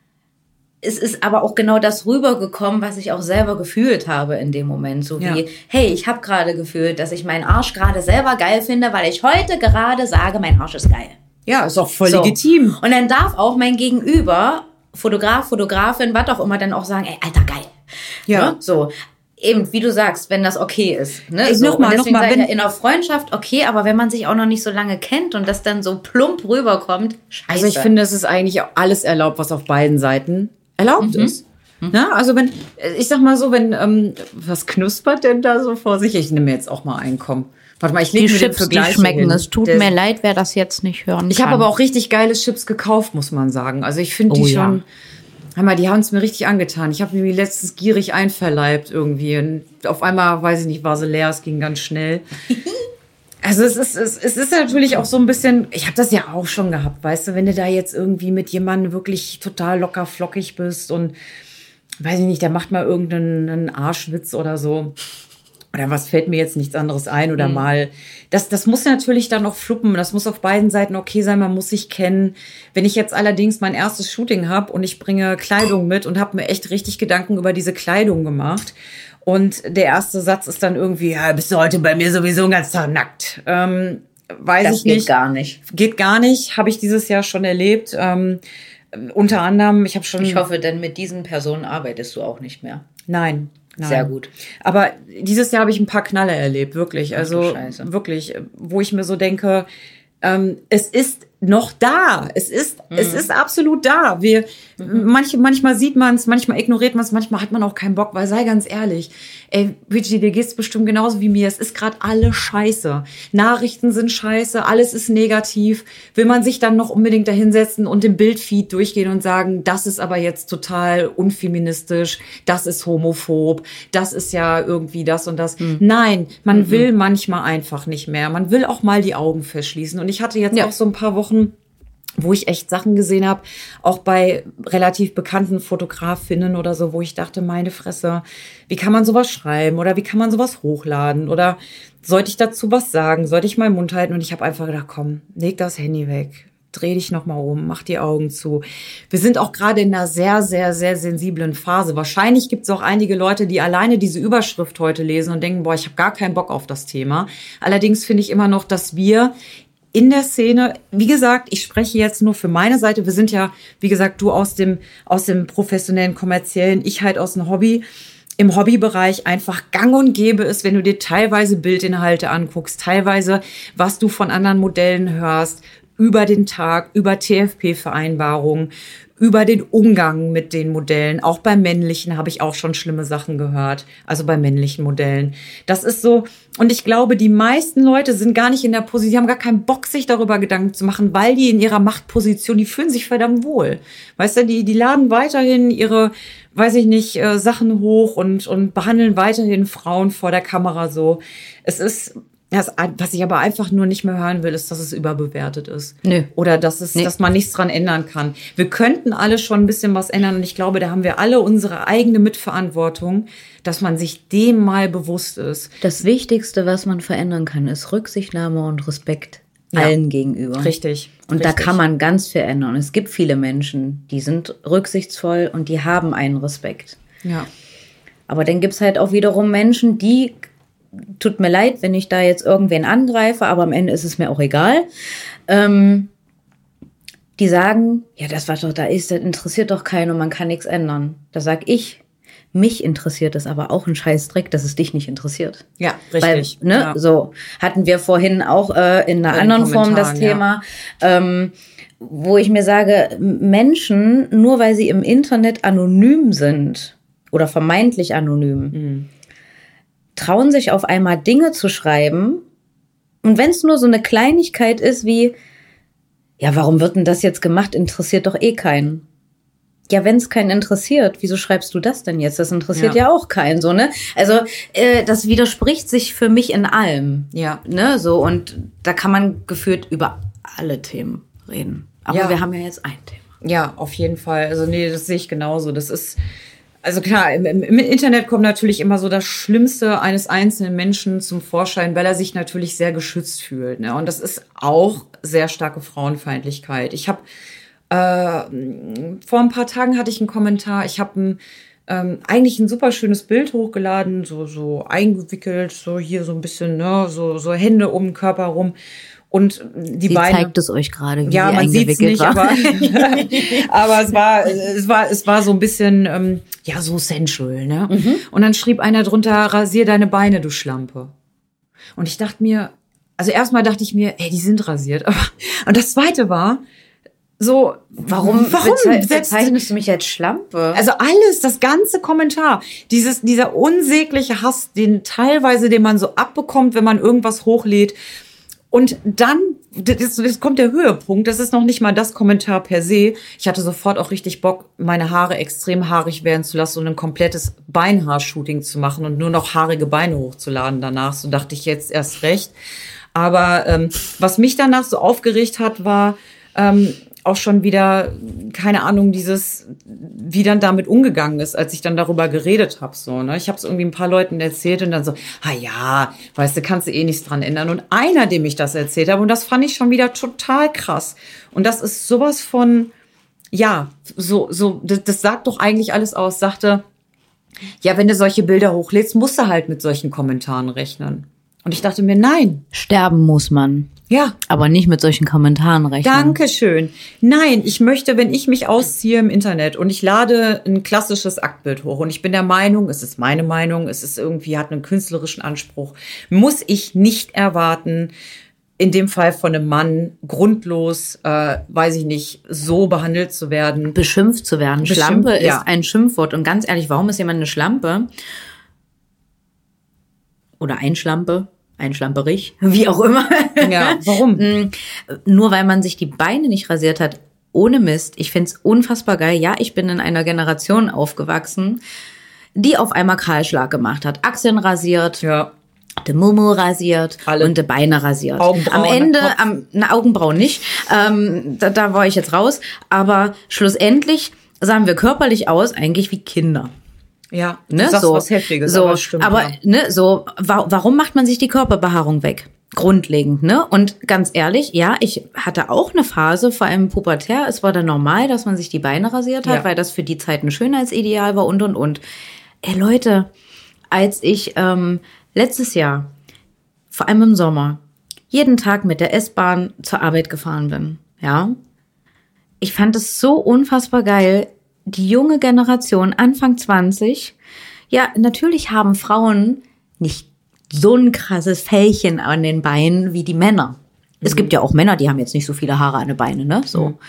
Es ist aber auch genau das rübergekommen, was ich auch selber gefühlt habe in dem Moment. So wie, ja. hey, ich habe gerade gefühlt, dass ich meinen Arsch gerade selber geil finde, weil ich heute gerade sage, mein Arsch ist geil. Ja, ist auch voll so. Legitim. Und dann darf auch mein Gegenüber, Fotograf, Fotografin, was auch immer, dann auch sagen, ey, Alter, geil. Ja. Ne? So. Eben, wie du sagst, wenn das okay ist. Ne? Ich so. noch mal, und deswegen noch mal, sage ich ja, in einer Freundschaft okay, aber wenn man sich auch noch nicht so lange kennt und das dann so plump rüberkommt, scheiße. Also ich finde, es ist eigentlich alles erlaubt, was auf beiden Seiten erlaubt mhm. ist. Mhm. Na, also wenn, ich sag mal so, wenn, ähm, was knuspert denn da so vor sich? Ich nehme jetzt auch mal einen, komm. Warte mal, ich lege mir den Vergleich die schmecken. Hin. Es tut Der, mir leid, wer das jetzt nicht hören ich kann. Ich habe aber auch richtig geile Chips gekauft, muss man sagen. Also ich finde die oh, schon... Ja. Hammer, die haben es mir richtig angetan. Ich habe mir letztens gierig einverleibt irgendwie. Und auf einmal, weiß ich nicht, war sie leer, es ging ganz schnell. Also es ist, es, es ist natürlich auch so ein bisschen, ich habe das ja auch schon gehabt, weißt du, wenn du da jetzt irgendwie mit jemandem wirklich total locker flockig bist und, weiß ich nicht, der macht mal irgendeinen Arschwitz oder so. Oder was fällt mir jetzt nichts anderes ein oder mhm. mal. Das, das muss natürlich dann auch fluppen. Das muss auf beiden Seiten okay sein. Man muss sich kennen. Wenn ich jetzt allerdings mein erstes Shooting habe und ich bringe Kleidung mit und habe mir echt richtig Gedanken über diese Kleidung gemacht. Und der erste Satz ist dann irgendwie, ja, bist du heute bei mir sowieso den ganzen Tag nackt. Ähm, weiß das ich nicht. geht gar nicht. Geht gar nicht. Habe ich dieses Jahr schon erlebt. Ähm, unter anderem, ich habe schon... Ich hoffe, denn mit diesen Personen arbeitest du auch nicht mehr. Nein. Nein. Sehr gut. Aber dieses Jahr habe ich ein paar Knalle erlebt, wirklich. Also wirklich, wo ich mir so denke, ähm, es ist noch da. Es ist, mhm. es ist absolut da. Wir, mhm. manche, manchmal sieht man es, manchmal ignoriert man es, manchmal hat man auch keinen Bock, weil sei ganz ehrlich, ey, Bridgie, dir geht's bestimmt genauso wie mir. Es ist gerade alles scheiße. Nachrichten sind scheiße, alles ist negativ. Will man sich dann noch unbedingt dahinsetzen und den Bildfeed durchgehen und sagen, das ist aber jetzt total unfeministisch, das ist homophob, das ist ja irgendwie das und das. Mhm. Nein, man mhm. will manchmal einfach nicht mehr. Man will auch mal die Augen verschließen. Und ich hatte jetzt ja. auch so ein paar Wochen, wo ich echt Sachen gesehen habe, auch bei relativ bekannten Fotografinnen oder so, wo ich dachte, meine Fresse, wie kann man sowas schreiben oder wie kann man sowas hochladen oder sollte ich dazu was sagen, sollte ich meinen Mund halten? Und ich habe einfach gedacht, komm, leg das Handy weg, dreh dich nochmal um, mach die Augen zu. Wir sind auch gerade in einer sehr, sehr, sehr sensiblen Phase. Wahrscheinlich gibt es auch einige Leute, die alleine diese Überschrift heute lesen und denken, boah, ich habe gar keinen Bock auf das Thema. Allerdings finde ich immer noch, dass wir in der Szene, wie gesagt, ich spreche jetzt nur für meine Seite. Wir sind ja, wie gesagt, du aus dem, aus dem professionellen, kommerziellen, ich halt aus dem Hobby. Im Hobbybereich einfach gang und gäbe ist, wenn du dir teilweise Bildinhalte anguckst, teilweise, was du von anderen Modellen hörst, über den Tag, über T F P-Vereinbarungen, über den Umgang mit den Modellen. Auch bei männlichen habe ich auch schon schlimme Sachen gehört. Also bei männlichen Modellen. Das ist so, und ich glaube, die meisten Leute sind gar nicht in der Position, die haben gar keinen Bock, sich darüber Gedanken zu machen, weil die in ihrer Machtposition, die fühlen sich verdammt wohl. Weißt du, die, die laden weiterhin ihre, weiß ich nicht, äh, Sachen hoch und, und behandeln weiterhin Frauen vor der Kamera so. Es ist, das, was ich aber einfach nur nicht mehr hören will, ist, dass es überbewertet ist. Nö. Oder dass es, nee. dass man nichts dran ändern kann. Wir könnten alle schon ein bisschen was ändern und ich glaube, da haben wir alle unsere eigene Mitverantwortung, dass man sich dem mal bewusst ist. Das Wichtigste, was man verändern kann, ist Rücksichtnahme und Respekt ja. allen gegenüber. Richtig. Und richtig. Da kann man ganz viel ändern. Es gibt viele Menschen, die sind rücksichtsvoll und die haben einen Respekt. Ja. Aber dann gibt's halt auch wiederum Menschen, die, tut mir leid, wenn ich da jetzt irgendwen angreife, aber am Ende ist es mir auch egal, ähm, die sagen, ja, das, was doch da ist, das interessiert doch keinen und man kann nichts ändern. Da sag ich, Mich interessiert es aber auch ein Scheißdreck, dass es dich nicht interessiert. Ja, richtig. Weil, ne, ja. so hatten wir vorhin auch äh, in einer in anderen Form das Thema, ja. ähm, wo ich mir sage, Menschen, nur weil sie im Internet anonym sind oder vermeintlich anonym, mhm. trauen sich auf einmal Dinge zu schreiben. Und wenn es nur so eine Kleinigkeit ist wie, ja, warum wird denn das jetzt gemacht? Interessiert doch eh keinen. Ja, wenn es keinen interessiert, wieso schreibst du das denn jetzt? Das interessiert ja, ja auch keinen, so, ne? Also, äh, das widerspricht sich für mich in allem. Ja. Ne, so, und da kann man gefühlt über alle Themen reden. Aber ja. wir haben ja jetzt ein Thema. Ja, auf jeden Fall. Also, nee, das sehe ich genauso. Das ist, also klar, im, im Internet kommt natürlich immer so das Schlimmste eines einzelnen Menschen zum Vorschein, weil er sich natürlich sehr geschützt fühlt, ne? Und das ist auch sehr starke Frauenfeindlichkeit. Ich habe Äh, vor ein paar Tagen hatte ich einen Kommentar. Ich habe ein, ähm, eigentlich ein super schönes Bild hochgeladen, so so eingewickelt, so hier so ein bisschen, ne, so so Hände um den Körper rum und die sie Beine. Zeigt es euch gerade, wie ja, sie man sieht's nicht, war. aber aber es war es war es war so ein bisschen ähm, ja so sensual, ne? Mhm. Und dann schrieb einer drunter: Rasier deine Beine, du Schlampe. Und ich dachte mir, also erstmal dachte ich mir, ey, die sind rasiert. Aber, und das Zweite war so, warum, warum bezei- bezeichnest du mich als Schlampe? Also alles, das ganze Kommentar, dieses, dieser unsägliche Hass, den teilweise, den man so abbekommt, wenn man irgendwas hochlädt. Und dann, das, das kommt der Höhepunkt, das ist noch nicht mal das Kommentar per se. Ich hatte sofort auch richtig Bock, meine Haare extrem haarig werden zu lassen und ein komplettes Beinhaarshooting zu machen und nur noch haarige Beine hochzuladen danach. So dachte ich jetzt erst recht. Aber ähm, was mich danach so aufgeregt hat, war ähm, auch schon wieder, keine Ahnung, dieses, wie dann damit umgegangen ist, als ich dann darüber geredet habe. So, ne? Ich habe es irgendwie ein paar Leuten erzählt und dann so, ah ja, weißt du, kannst du eh nichts dran ändern. Und einer, dem ich das erzählt habe, und das fand ich schon wieder total krass. Und das ist sowas von, ja, so, so, das, das sagt doch eigentlich alles aus, sagte, ja, wenn du solche Bilder hochlädst, musst du halt mit solchen Kommentaren rechnen. Und ich dachte mir, nein. Sterben muss man. Ja. Aber nicht mit solchen Kommentaren rechnen. Dankeschön. Nein, ich möchte, wenn ich mich ausziehe im Internet und ich lade ein klassisches Aktbild hoch und ich bin der Meinung, es ist meine Meinung, es ist irgendwie, hat einen künstlerischen Anspruch, muss ich nicht erwarten, in dem Fall von einem Mann grundlos, äh, weiß ich nicht, so behandelt zu werden. Beschimpft zu werden. Beschimpft, Schlampe ja. ist ein Schimpfwort. Und ganz ehrlich, warum ist jemand eine Schlampe? Oder ein Schlampe? Ein Schlamperich, wie auch immer. Ja, warum? Nur weil man sich die Beine nicht rasiert hat, ohne Mist. Ich find's unfassbar geil. Ja, ich bin in einer Generation aufgewachsen, die auf einmal Kahlschlag gemacht hat. Achseln rasiert, ja. de Mumu rasiert Alle. und de Beine rasiert. Augenbrauen, am Ende, Kopf. am na, Augenbrauen nicht, ähm, da, da war ich jetzt raus. Aber schlussendlich sahen wir körperlich aus eigentlich wie Kinder. Ja, ne, du sagst so, was Heftiges, so, aber stimmt. Aber, ja. ne, so, wa- warum macht man sich die Körperbehaarung weg? Grundlegend, ne? Und ganz ehrlich, ja, ich hatte auch eine Phase, vor allem pubertär, es war dann normal, dass man sich die Beine rasiert hat, Ja. weil das für die Zeit ein Schönheitsideal war und, und, und. Ey, Leute, als ich ähm, letztes Jahr, vor allem im Sommer, jeden Tag mit der S-Bahn zur Arbeit gefahren bin, ja, ich fand es so unfassbar geil, die junge Generation, Anfang zwanzig, ja, natürlich haben Frauen nicht so ein krasses Fellchen an den Beinen wie die Männer. Mhm. Es gibt ja auch Männer, die haben jetzt nicht so viele Haare an den Beinen, ne? So. Mhm.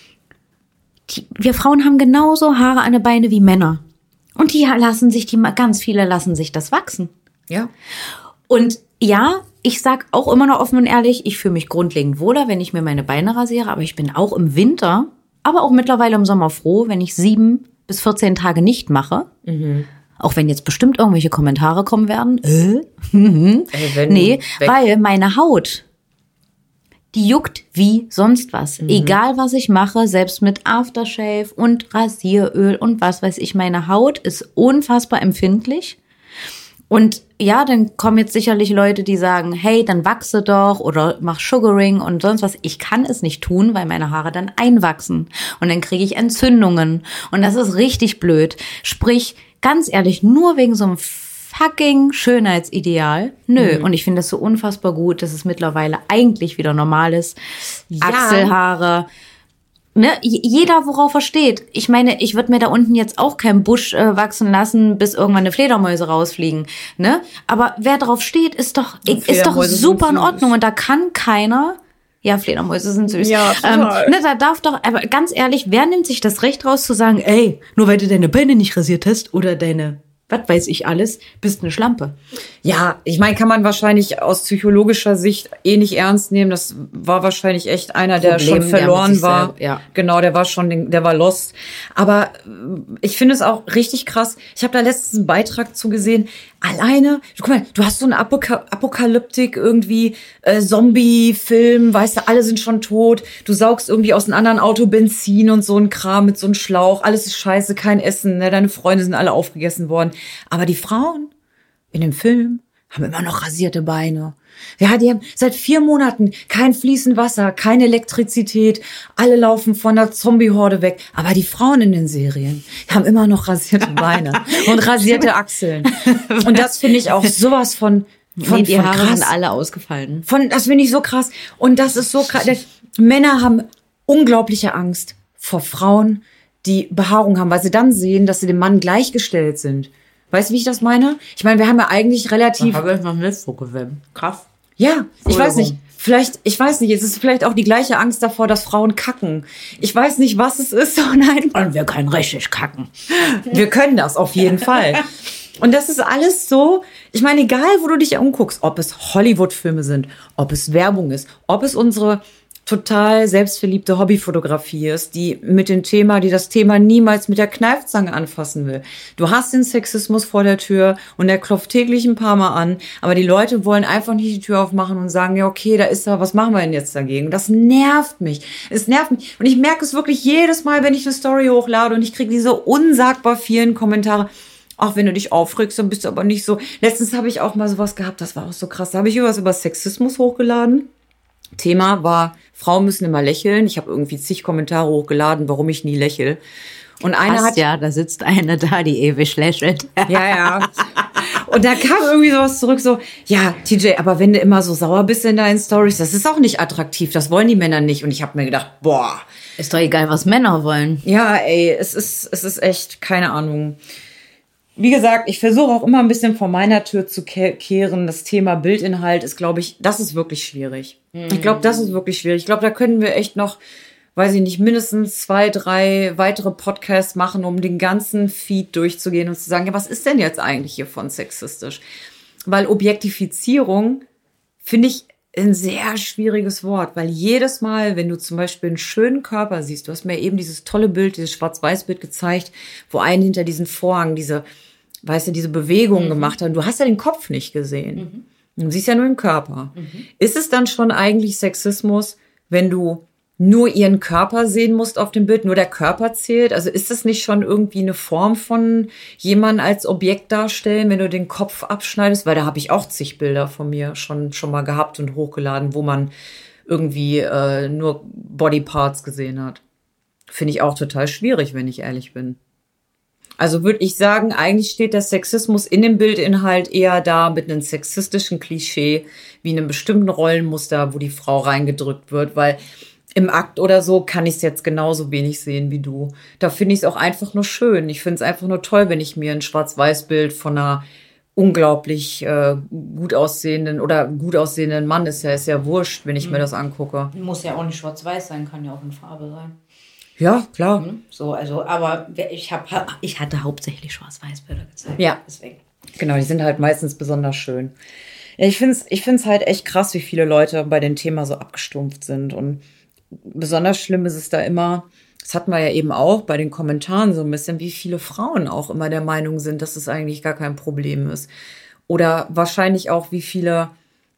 Die, wir Frauen haben genauso Haare an den Beinen wie Männer. Und die lassen sich, die ganz viele lassen sich das wachsen. Ja. Und ja, ich sag auch immer noch offen und ehrlich, ich fühle mich grundlegend wohler, wenn ich mir meine Beine rasiere, aber ich bin auch im Winter, aber auch mittlerweile im Sommer froh, wenn ich sieben bis vierzehn Tage nicht mache. Mhm. Auch wenn jetzt bestimmt irgendwelche Kommentare kommen werden. Äh? Mhm. Ey, wenn nee, weg. weil meine Haut, die juckt wie sonst was. Mhm. Egal, was ich mache, selbst mit Aftershave und Rasieröl und was weiß ich, meine Haut ist unfassbar empfindlich. Und ja, dann kommen jetzt sicherlich Leute, die sagen, hey, dann wachse doch oder mach Sugaring und sonst was. Ich kann es nicht tun, weil meine Haare dann einwachsen. Und dann kriege ich Entzündungen. Und das ist richtig blöd. Sprich, ganz ehrlich, nur wegen so einem fucking Schönheitsideal. Nö. Mhm. Und ich finde das so unfassbar gut, dass es mittlerweile eigentlich wieder normal ist. Ja. Achselhaare. ne, jeder, worauf er steht. Ich meine, ich würde mir da unten jetzt auch keinen Busch äh, wachsen lassen, bis irgendwann eine Fledermäuse rausfliegen, ne? Aber wer drauf steht, ist doch, ist doch super in Ordnung. Und da kann keiner, ja, Fledermäuse sind süß. Ja, total. Ähm, ne, da darf doch, aber ganz ehrlich, wer nimmt sich das Recht raus zu sagen, ey, nur weil du deine Beine nicht rasiert hast oder deine, was weiß ich alles, bist eine Schlampe. Ja, ich meine, kann man wahrscheinlich aus psychologischer Sicht eh nicht ernst nehmen. Das war wahrscheinlich echt einer, der Problem, schon verloren der war. Selber, ja. Genau, der war schon, der war lost. Aber ich finde es auch richtig krass. Ich habe da letztens einen Beitrag zugesehen. Alleine, guck mal, du hast so eine Apoka- Apokalyptik irgendwie, äh, Zombie-Film, weißt du, alle sind schon tot. Du saugst irgendwie aus einem anderen Auto Benzin und so ein Kram mit so einem Schlauch. Alles ist scheiße, kein Essen, ne? Deine Freunde sind alle aufgegessen worden. Aber die Frauen in dem Film haben immer noch rasierte Beine. Ja, die haben seit vier Monaten kein fließend Wasser, keine Elektrizität. Alle laufen von der Zombie-Horde weg. Aber die Frauen in den Serien haben immer noch rasierte Beine und rasierte Achseln. Und das finde ich auch sowas von, von, nee, die von Haare krass. sind alle ausgefallen. Von, das finde ich so krass. Und das ist so krass. Männer haben unglaubliche Angst vor Frauen, die Behaarung haben, weil sie dann sehen, dass sie dem Mann gleichgestellt sind. Weißt du, wie ich das meine? Ich meine, wir haben ja eigentlich relativ... habe ich mal mitgewinnen. Krass. Ja, ich weiß nicht. Vielleicht, ich weiß nicht, es ist vielleicht auch die gleiche Angst davor, dass Frauen kacken. Ich weiß nicht, was es ist. Oh nein. Und wir können richtig kacken. Wir können das auf jeden Fall. Und das ist alles so, ich meine, egal, wo du dich umguckst, ob es Hollywood-Filme sind, ob es Werbung ist, ob es unsere total selbstverliebte Hobbyfotografie ist, die mit dem Thema, die das Thema niemals mit der Kneifzange anfassen will. Du hast den Sexismus vor der Tür und der klopft täglich ein paar Mal an, aber die Leute wollen einfach nicht die Tür aufmachen und sagen, ja okay, da ist er, was machen wir denn jetzt dagegen? Und das nervt mich. Es nervt mich. Und ich merke es wirklich jedes Mal, wenn ich eine Story hochlade und ich kriege diese unsagbar vielen Kommentare. Auch wenn du dich aufregst, dann bist du aber nicht so. Letztens habe ich auch mal sowas gehabt, das war auch so krass. Da habe ich irgendwas über Sexismus hochgeladen. Thema war, Frauen müssen immer lächeln. Ich habe irgendwie zig Kommentare hochgeladen, warum ich nie lächel. Und einer Passt, hat ja, da sitzt eine da, die ewig lächelt. Ja, ja. Und da kam irgendwie sowas zurück, so, ja, T J, aber wenn du immer so sauer bist in deinen Stories, das ist auch nicht attraktiv, das wollen die Männer nicht. Und ich habe mir gedacht, boah. Ist doch egal, was Männer wollen. Ja, ey, es ist, es ist echt, keine Ahnung. Wie gesagt, ich versuche auch immer ein bisschen vor meiner Tür zu kehren. Das Thema Bildinhalt ist, glaube ich, das ist wirklich schwierig. Mhm. Ich glaube, das ist wirklich schwierig. Ich glaube, da können wir echt noch, weiß ich nicht, mindestens zwei, drei weitere Podcasts machen, um den ganzen Feed durchzugehen und zu sagen, ja, was ist denn jetzt eigentlich hier von sexistisch? Weil Objektifizierung finde ich ein sehr schwieriges Wort, weil jedes Mal, wenn du zum Beispiel einen schönen Körper siehst, du hast mir eben dieses tolle Bild, dieses Schwarz-Weiß-Bild gezeigt, wo einen hinter diesen Vorhang diese, weißt du, diese Bewegung mhm. gemacht hat, und du hast ja den Kopf nicht gesehen. Mhm. Du siehst ja nur den Körper. Mhm. Ist es dann schon eigentlich Sexismus, wenn du nur ihren Körper sehen musst auf dem Bild, nur der Körper zählt? Also ist das nicht schon irgendwie eine Form von jemanden als Objekt darstellen, wenn du den Kopf abschneidest? Weil da habe ich auch zig Bilder von mir schon schon mal gehabt und hochgeladen, wo man irgendwie äh, nur Bodyparts gesehen hat. Finde ich auch total schwierig, wenn ich ehrlich bin. Also würde ich sagen, eigentlich steht der Sexismus in dem Bildinhalt eher da mit einem sexistischen Klischee, wie einem bestimmten Rollenmuster, wo die Frau reingedrückt wird, weil im Akt oder so kann ich es jetzt genauso wenig sehen wie du. Da finde ich es auch einfach nur schön. Ich finde es einfach nur toll, wenn ich mir ein Schwarz-Weiß-Bild von einer unglaublich äh, gut aussehenden oder gut aussehenden Mann, ist ja, ist ja wurscht, wenn ich mhm. mir das angucke. Muss ja auch nicht schwarz-weiß sein, kann ja auch in Farbe sein. Ja, klar. Mhm. So, also, aber ich habe, ich hatte hauptsächlich Schwarz-Weiß-Bilder gezeigt. Ja, deswegen. Genau, die sind halt meistens besonders schön. Ja, ich finde es ich find's halt echt krass, wie viele Leute bei dem Thema so abgestumpft sind. Und besonders schlimm ist es da immer, das hatten wir ja eben auch bei den Kommentaren so ein bisschen, wie viele Frauen auch immer der Meinung sind, dass es eigentlich gar kein Problem ist. Oder wahrscheinlich auch, wie viele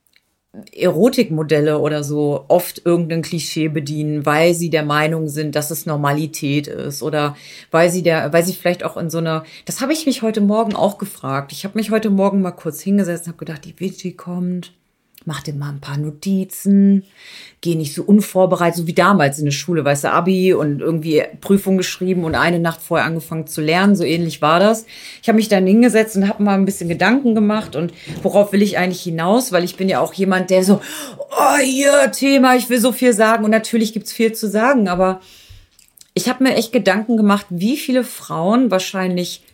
Erotikmodelle oder so oft irgendein Klischee bedienen, weil sie der Meinung sind, dass es Normalität ist. Oder weil sie der, weil sie vielleicht auch in so einer, das habe ich mich heute Morgen auch gefragt. Ich habe mich heute Morgen mal kurz hingesetzt und habe gedacht, die Vigi kommt. Mach dir mal ein paar Notizen, geh nicht so unvorbereitet, so wie damals in der Schule, weißt du, Abi und irgendwie Prüfung geschrieben und eine Nacht vorher angefangen zu lernen, so ähnlich war das. Ich habe mich dann hingesetzt und habe mal ein bisschen Gedanken gemacht und worauf will ich eigentlich hinaus, weil ich bin ja auch jemand, der so, oh hier, Thema, ich will so viel sagen und natürlich gibt's viel zu sagen, aber ich habe mir echt Gedanken gemacht, wie viele Frauen wahrscheinlich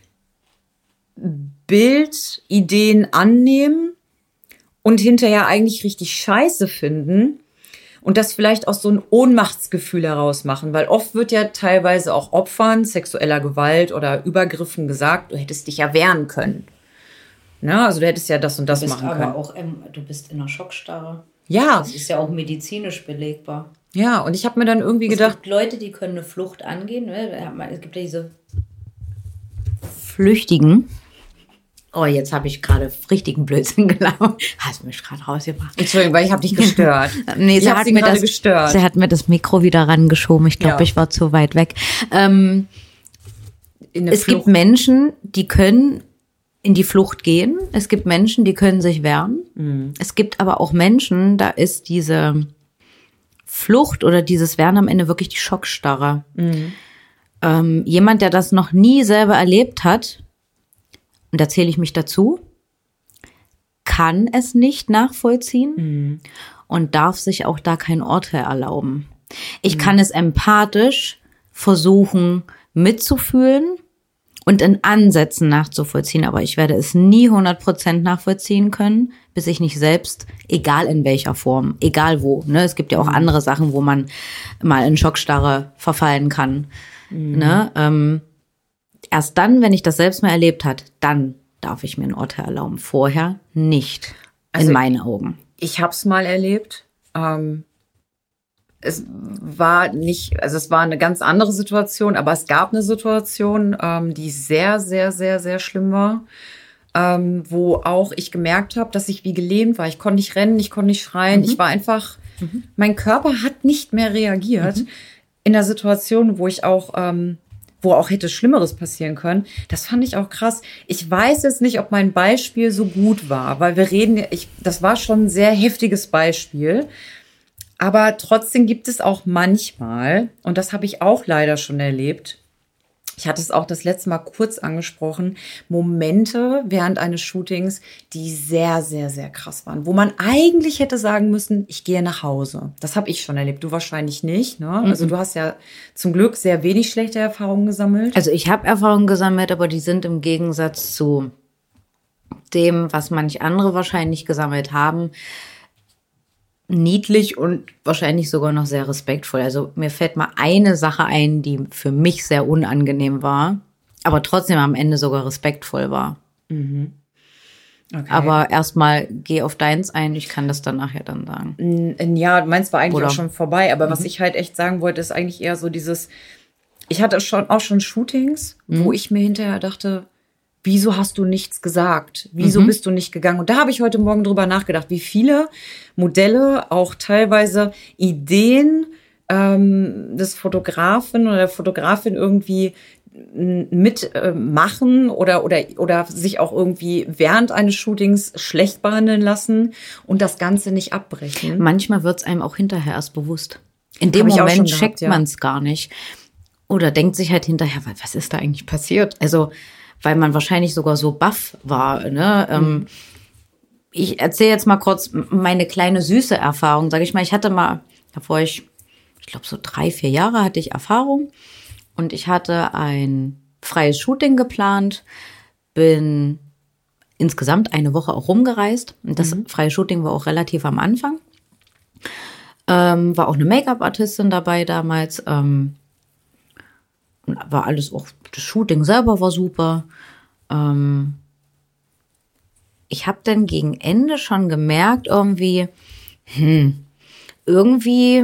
Bildideen annehmen und hinterher eigentlich richtig scheiße finden und das vielleicht aus so einem Ohnmachtsgefühl heraus machen, weil oft wird ja teilweise auch Opfern sexueller Gewalt oder Übergriffen gesagt, du hättest dich ja wehren können. Na, also du hättest ja das und das machen können. Du bist aber auch, im, du bist in einer Schockstarre. Ja. Das ist ja auch medizinisch belegbar. Ja, und ich habe mir dann irgendwie es gedacht... Es gibt Leute, die können eine Flucht angehen. Es gibt ja diese Flüchtigen. Oh, jetzt habe ich gerade richtigen Blödsinn gelaufen. Hast du mich gerade rausgebracht. Entschuldigung, weil ich habe dich gestört. nee, ich sie habe hat sie mir gerade das, gestört. Sie hat mir das Mikro wieder rangeschoben. Ich glaube, ja. ich war zu weit weg. Ähm, es Flucht. gibt Menschen, die können in die Flucht gehen. Es gibt Menschen, die können sich wehren. Mhm. Es gibt aber auch Menschen, da ist diese Flucht oder dieses Wehren am Ende wirklich die Schockstarre. Mhm. Ähm, jemand, der das noch nie selber erlebt hat, und da zähle ich mich dazu, kann es nicht nachvollziehen mhm. und darf sich auch da kein Urteil erlauben. Ich mhm. kann es empathisch versuchen mitzufühlen und in Ansätzen nachzuvollziehen, aber ich werde es nie hundert Prozent nachvollziehen können, bis ich nicht selbst, egal in welcher Form, egal wo, ne, es gibt ja auch mhm. andere Sachen, wo man mal in Schockstarre verfallen kann, mhm. ne, ähm, erst dann, wenn ich das selbst mal erlebt hat, dann darf ich mir ein Urteil erlauben. Vorher nicht, also in meinen Augen. Ich habe es mal erlebt. Ähm, es war nicht, also es war eine ganz andere Situation, aber es gab eine Situation, ähm, die sehr, sehr, sehr, sehr schlimm war, ähm, wo auch ich gemerkt habe, dass ich wie gelähmt war. Ich konnte nicht rennen, ich konnte nicht schreien. Mhm. Ich war einfach, mhm. mein Körper hat nicht mehr reagiert mhm. in der Situation, wo ich auch ähm, wo auch hätte Schlimmeres passieren können. Das fand ich auch krass. Ich weiß jetzt nicht, ob mein Beispiel so gut war, weil wir reden, ich, das war schon ein sehr heftiges Beispiel. Aber trotzdem gibt es auch manchmal, und das habe ich auch leider schon erlebt, ich hatte es auch das letzte Mal kurz angesprochen, Momente während eines Shootings, die sehr, sehr, sehr krass waren, wo man eigentlich hätte sagen müssen, ich gehe nach Hause. Das habe ich schon erlebt, du wahrscheinlich nicht, ne? Mhm. Also du hast ja zum Glück sehr wenig schlechte Erfahrungen gesammelt. Also ich habe Erfahrungen gesammelt, aber die sind im Gegensatz zu dem, was manch andere wahrscheinlich gesammelt haben, niedlich und wahrscheinlich sogar noch sehr respektvoll. Also mir fällt mal eine Sache ein, die für mich sehr unangenehm war, aber trotzdem am Ende sogar respektvoll war. Mhm. Okay. Aber erstmal geh auf deins ein, ich kann das dann nachher dann sagen. Ja, meins war eigentlich Oder? auch schon vorbei, aber mhm. was ich halt echt sagen wollte, ist eigentlich eher so dieses, ich hatte schon auch schon Shootings, mhm. wo ich mir hinterher dachte, wieso hast du nichts gesagt? Wieso mhm. bist du nicht gegangen? Und da habe ich heute Morgen drüber nachgedacht, wie viele Modelle, auch teilweise Ideen ähm, des Fotografen oder der Fotografin irgendwie mitmachen äh, oder, oder, oder sich auch irgendwie während eines Shootings schlecht behandeln lassen und das Ganze nicht abbrechen. Manchmal wird es einem auch hinterher erst bewusst. In dem Moment checkt ja. man es gar nicht. Oder denkt sich halt hinterher, was ist da eigentlich passiert? Also weil man wahrscheinlich sogar so baff war. Ne? Mhm. Ähm, ich erzähle jetzt mal kurz meine kleine süße Erfahrung. Sag ich mal, ich hatte mal, davor ich, ich glaube so drei, vier Jahre hatte ich Erfahrung und ich hatte ein freies Shooting geplant, bin insgesamt eine Woche auch rumgereist und das mhm. freie Shooting war auch relativ am Anfang. Ähm, war auch eine Make-up-Artistin dabei damals, ähm, war alles auch, das Shooting selber war super. Ähm, ich habe dann gegen Ende schon gemerkt, irgendwie, hm, irgendwie,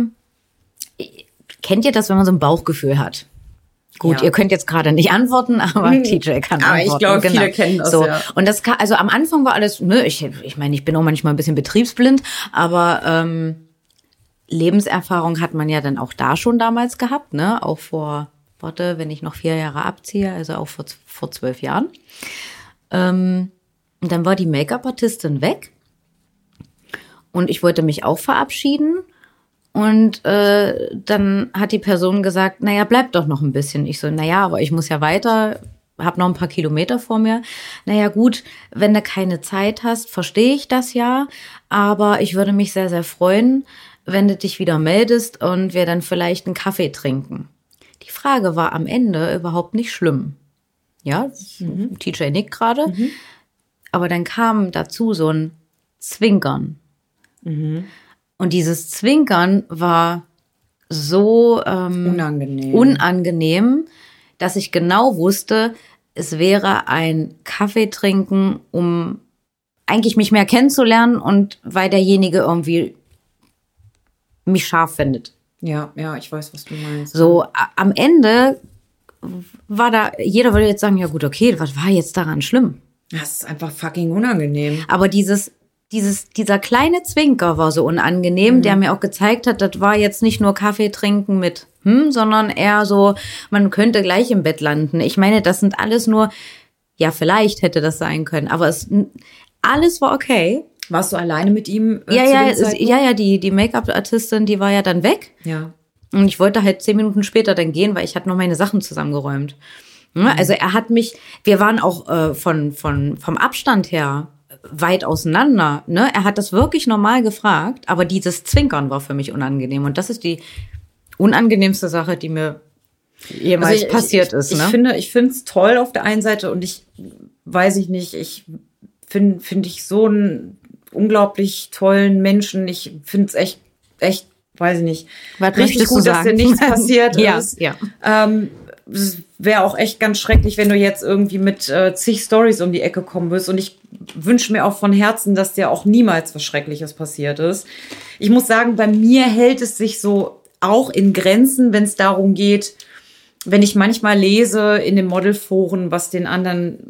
kennt ihr das, wenn man so ein Bauchgefühl hat? Gut, ja. Ihr könnt jetzt gerade nicht antworten, aber hm. T J kann aber antworten. Ich glaube, genau. viele kennen das, so. ja. Und das kann, also am Anfang war alles, ne, ich, ich meine, ich bin auch manchmal ein bisschen betriebsblind, aber ähm, Lebenserfahrung hat man ja dann auch da schon damals gehabt, ne, auch vor Warte, wenn ich noch vier Jahre abziehe, also auch vor, vor zwölf Jahren. Ähm, und dann war die Make-up-Artistin weg. Und ich wollte mich auch verabschieden. Und äh, dann hat die Person gesagt, naja, bleib doch noch ein bisschen. Ich so, naja, aber ich muss ja weiter, hab noch ein paar Kilometer vor mir. Naja, gut, wenn du keine Zeit hast, verstehe ich das ja. Aber ich würde mich sehr, sehr freuen, wenn du dich wieder meldest und wir dann vielleicht einen Kaffee trinken. Die Frage war am Ende überhaupt nicht schlimm. Ja, mhm. T J nickt gerade. Mhm. Aber dann kam dazu so ein Zwinkern. Mhm. Und dieses Zwinkern war so ähm, unangenehm. unangenehm, dass ich genau wusste, es wäre ein Kaffee trinken, um eigentlich mich mehr kennenzulernen und weil derjenige irgendwie mich scharf findet. Ja, ja, ich weiß, was du meinst. So, a- am Ende war da, jeder würde jetzt sagen, ja gut, okay, was war jetzt daran schlimm? Das ist einfach fucking unangenehm. Aber dieses, dieses, dieser kleine Zwinker war so unangenehm, mhm. der mir auch gezeigt hat, das war jetzt nicht nur Kaffee trinken mit hm, sondern eher so, man könnte gleich im Bett landen. Ich meine, das sind alles nur, ja, vielleicht hätte das sein können, aber es, alles war okay. Warst du alleine mit ihm? Äh, ja, ja, es, ja, ja, die, die Make-up-Artistin, die war ja dann weg. Ja. Und ich wollte halt zehn Minuten später dann gehen, weil ich hatte noch meine Sachen zusammengeräumt. Mhm. Also er hat mich, wir waren auch äh, von, von, vom Abstand her weit auseinander. Ne? Er hat das wirklich normal gefragt, aber dieses Zwinkern war für mich unangenehm. Und das ist die unangenehmste Sache, die mir jemals also ich, passiert ich, ist. Ich ne? finde, ich finde es toll auf der einen Seite und ich weiß ich nicht, ich finde finde ich so einen unglaublich tollen Menschen. Ich finde es echt, echt, weiß ich nicht, Was richtig gut, dass dir nichts passiert ja, ist. Ja. Ähm, es wäre auch echt ganz schrecklich, wenn du jetzt irgendwie mit äh, zig Storys um die Ecke kommen wirst. Und ich wünsche mir auch von Herzen, dass dir auch niemals was Schreckliches passiert ist. Ich muss sagen, bei mir hält es sich so auch in Grenzen, wenn es darum geht, wenn ich manchmal lese in den Modelforen, was den anderen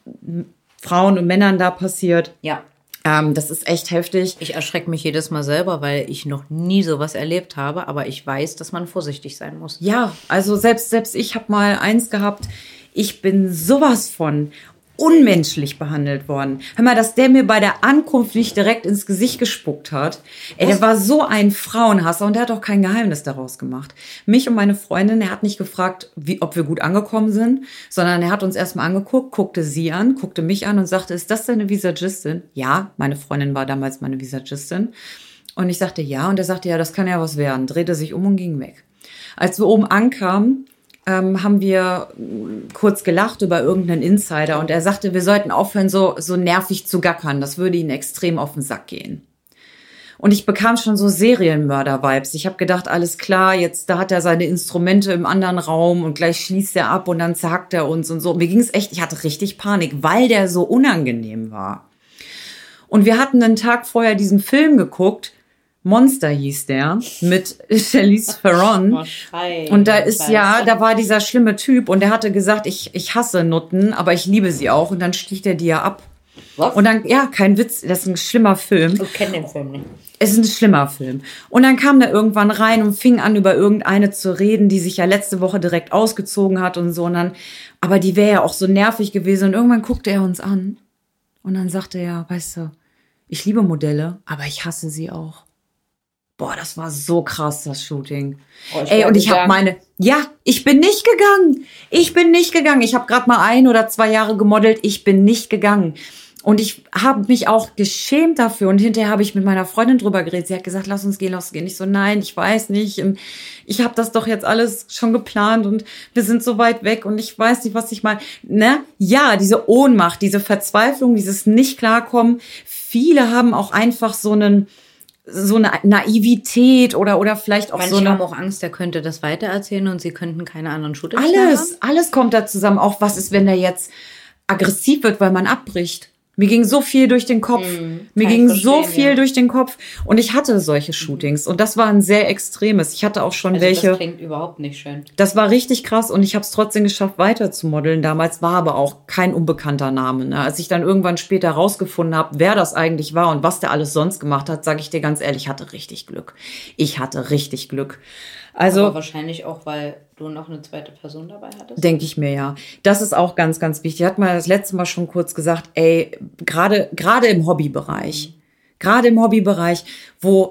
Frauen und Männern da passiert. Ja. Ähm, das ist echt heftig. Ich erschrecke mich jedes Mal selber, weil ich noch nie sowas erlebt habe, aber ich weiß, dass man vorsichtig sein muss. Ja, also selbst, selbst ich habe mal eins gehabt, ich bin sowas von unmenschlich behandelt worden. Hör mal, dass der mir bei der Ankunft nicht direkt ins Gesicht gespuckt hat. Ey, der war so ein Frauenhasser und der hat auch kein Geheimnis daraus gemacht. Mich und meine Freundin, er hat nicht gefragt, wie, ob wir gut angekommen sind, sondern er hat uns erstmal angeguckt, guckte sie an, guckte mich an und sagte, ist das deine Visagistin? Ja, meine Freundin war damals meine Visagistin. Und ich sagte, ja. Und er sagte, ja, das kann ja was werden. Drehte sich um und ging weg. Als wir oben ankamen, Ähm, haben wir kurz gelacht über irgendeinen Insider und er sagte, wir sollten aufhören, so, so nervig zu gackern. Das würde ihnen extrem auf den Sack gehen. Und ich bekam schon so Serienmörder-Vibes. Ich habe gedacht, alles klar, jetzt da hat er seine Instrumente im anderen Raum und gleich schließt er ab und dann zagt er uns und so. Mir ging es echt, ich hatte richtig Panik, weil der so unangenehm war. Und wir hatten einen Tag vorher diesen Film geguckt, Monster hieß der, mit Charlize Theron. Oh, und da ist ja, da war dieser schlimme Typ und der hatte gesagt, ich, ich hasse Nutten, aber ich liebe sie auch. Und dann sticht er die ja ab. Was? Und dann, ja, kein Witz, das ist ein schlimmer Film. Ich kenne den Film nicht. Es ist ein schlimmer Film. Und dann kam der irgendwann rein und fing an, über irgendeine zu reden, die sich ja letzte Woche direkt ausgezogen hat und so. Und dann, aber die wäre ja auch so nervig gewesen. Und irgendwann guckte er uns an. Und dann sagte er, weißt du, ich liebe Modelle, aber ich hasse sie auch. Boah, das war so krass, das Shooting. Oh, Ey, und ich habe meine, ja, ich bin nicht gegangen. Ich bin nicht gegangen. Ich habe gerade mal ein oder zwei Jahre gemodelt. Ich bin nicht gegangen. Und ich habe mich auch geschämt dafür. Und hinterher habe ich mit meiner Freundin drüber geredet. Sie hat gesagt, lass uns gehen, lass uns gehen. Ich so, nein, ich weiß nicht. Und ich habe das doch jetzt alles schon geplant und wir sind so weit weg und ich weiß nicht, was ich mal, ne? Ja, diese Ohnmacht, diese Verzweiflung, dieses Nicht-Klarkommen. Viele haben auch einfach so einen, so eine Naivität oder oder vielleicht auch Manche so eine... haben auch Angst, der könnte das weitererzählen und sie könnten keine anderen Shootings mehr haben. Alles, alles kommt da zusammen. Auch was ist, wenn der jetzt aggressiv wird, weil man abbricht? Mir ging so viel durch den Kopf. Mm, Mir ging so viel ja. durch den Kopf. Und ich hatte solche Shootings. Und das war ein sehr extremes. Ich hatte auch schon also welche... Das klingt überhaupt nicht schön. Das war richtig krass. Und ich habe es trotzdem geschafft, weiter zu modeln. Damals war aber auch kein unbekannter Name. Ne? Als ich dann irgendwann später rausgefunden habe, wer das eigentlich war und was der alles sonst gemacht hat, sage ich dir ganz ehrlich, ich hatte richtig Glück. Ich hatte richtig Glück. Also, aber wahrscheinlich auch, weil du noch eine zweite Person dabei hattest? Denke ich mir, ja. Das ist auch ganz, ganz wichtig. Hat mal das letzte Mal schon kurz gesagt, ey, gerade gerade im Hobbybereich, mhm. gerade im Hobbybereich, wo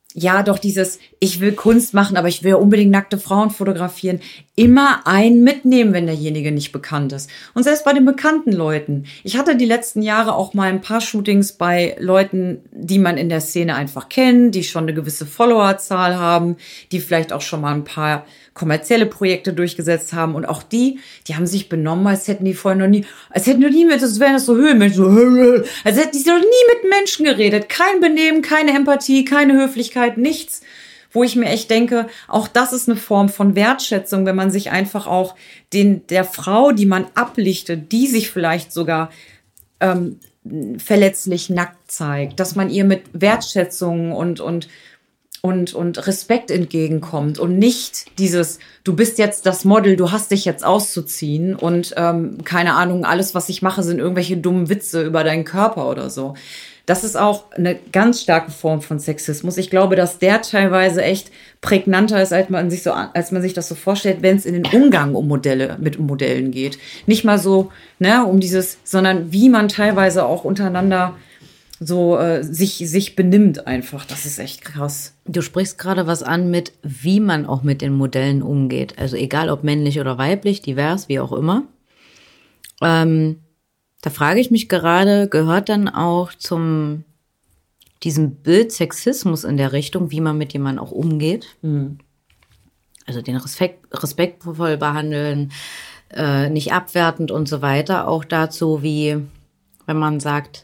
ja, doch dieses, ich will Kunst machen, aber ich will unbedingt nackte Frauen fotografieren, immer einen mitnehmen, wenn derjenige nicht bekannt ist. Und selbst bei den bekannten Leuten. Ich hatte die letzten Jahre auch mal ein paar Shootings bei Leuten, die man in der Szene einfach kennt, die schon eine gewisse Followerzahl haben, die vielleicht auch schon mal ein paar kommerzielle Projekte durchgesetzt haben. Und auch die, die haben sich benommen, als hätten die vorher noch nie, als hätten die nie mit, das wären das so Höhlenmenschen, so, als hätten die noch nie mit Menschen geredet. Kein Benehmen, keine Empathie, keine Höflichkeit, nichts. Wo ich mir echt denke, auch das ist eine Form von Wertschätzung, wenn man sich einfach auch den, der Frau, die man ablichtet, die sich vielleicht sogar ähm, verletzlich nackt zeigt, dass man ihr mit Wertschätzung und, und und und Respekt entgegenkommt und nicht dieses, du bist jetzt das Model, du hast dich jetzt auszuziehen und ähm, keine Ahnung, alles, was ich mache, sind irgendwelche dummen Witze über deinen Körper oder so. Das ist auch eine ganz starke Form von Sexismus. Ich glaube, dass der teilweise echt prägnanter ist, als man sich so, als man sich das so vorstellt, wenn es in den Umgang um Modelle, mit Modellen geht. Nicht mal so, ne, um dieses, sondern wie man teilweise auch untereinander so äh, sich sich benimmt einfach. Das ist echt krass. Du sprichst gerade was an mit, wie man auch mit den Modellen umgeht. Also egal ob männlich oder weiblich, divers, wie auch immer. Ähm, da frage ich mich gerade, gehört dann auch zum diesem Bild Sexismus in der Richtung, wie man mit jemandem auch umgeht? Mhm. Also den Respekt, respektvoll behandeln, äh, nicht abwertend und so weiter. Auch dazu, wie wenn man sagt,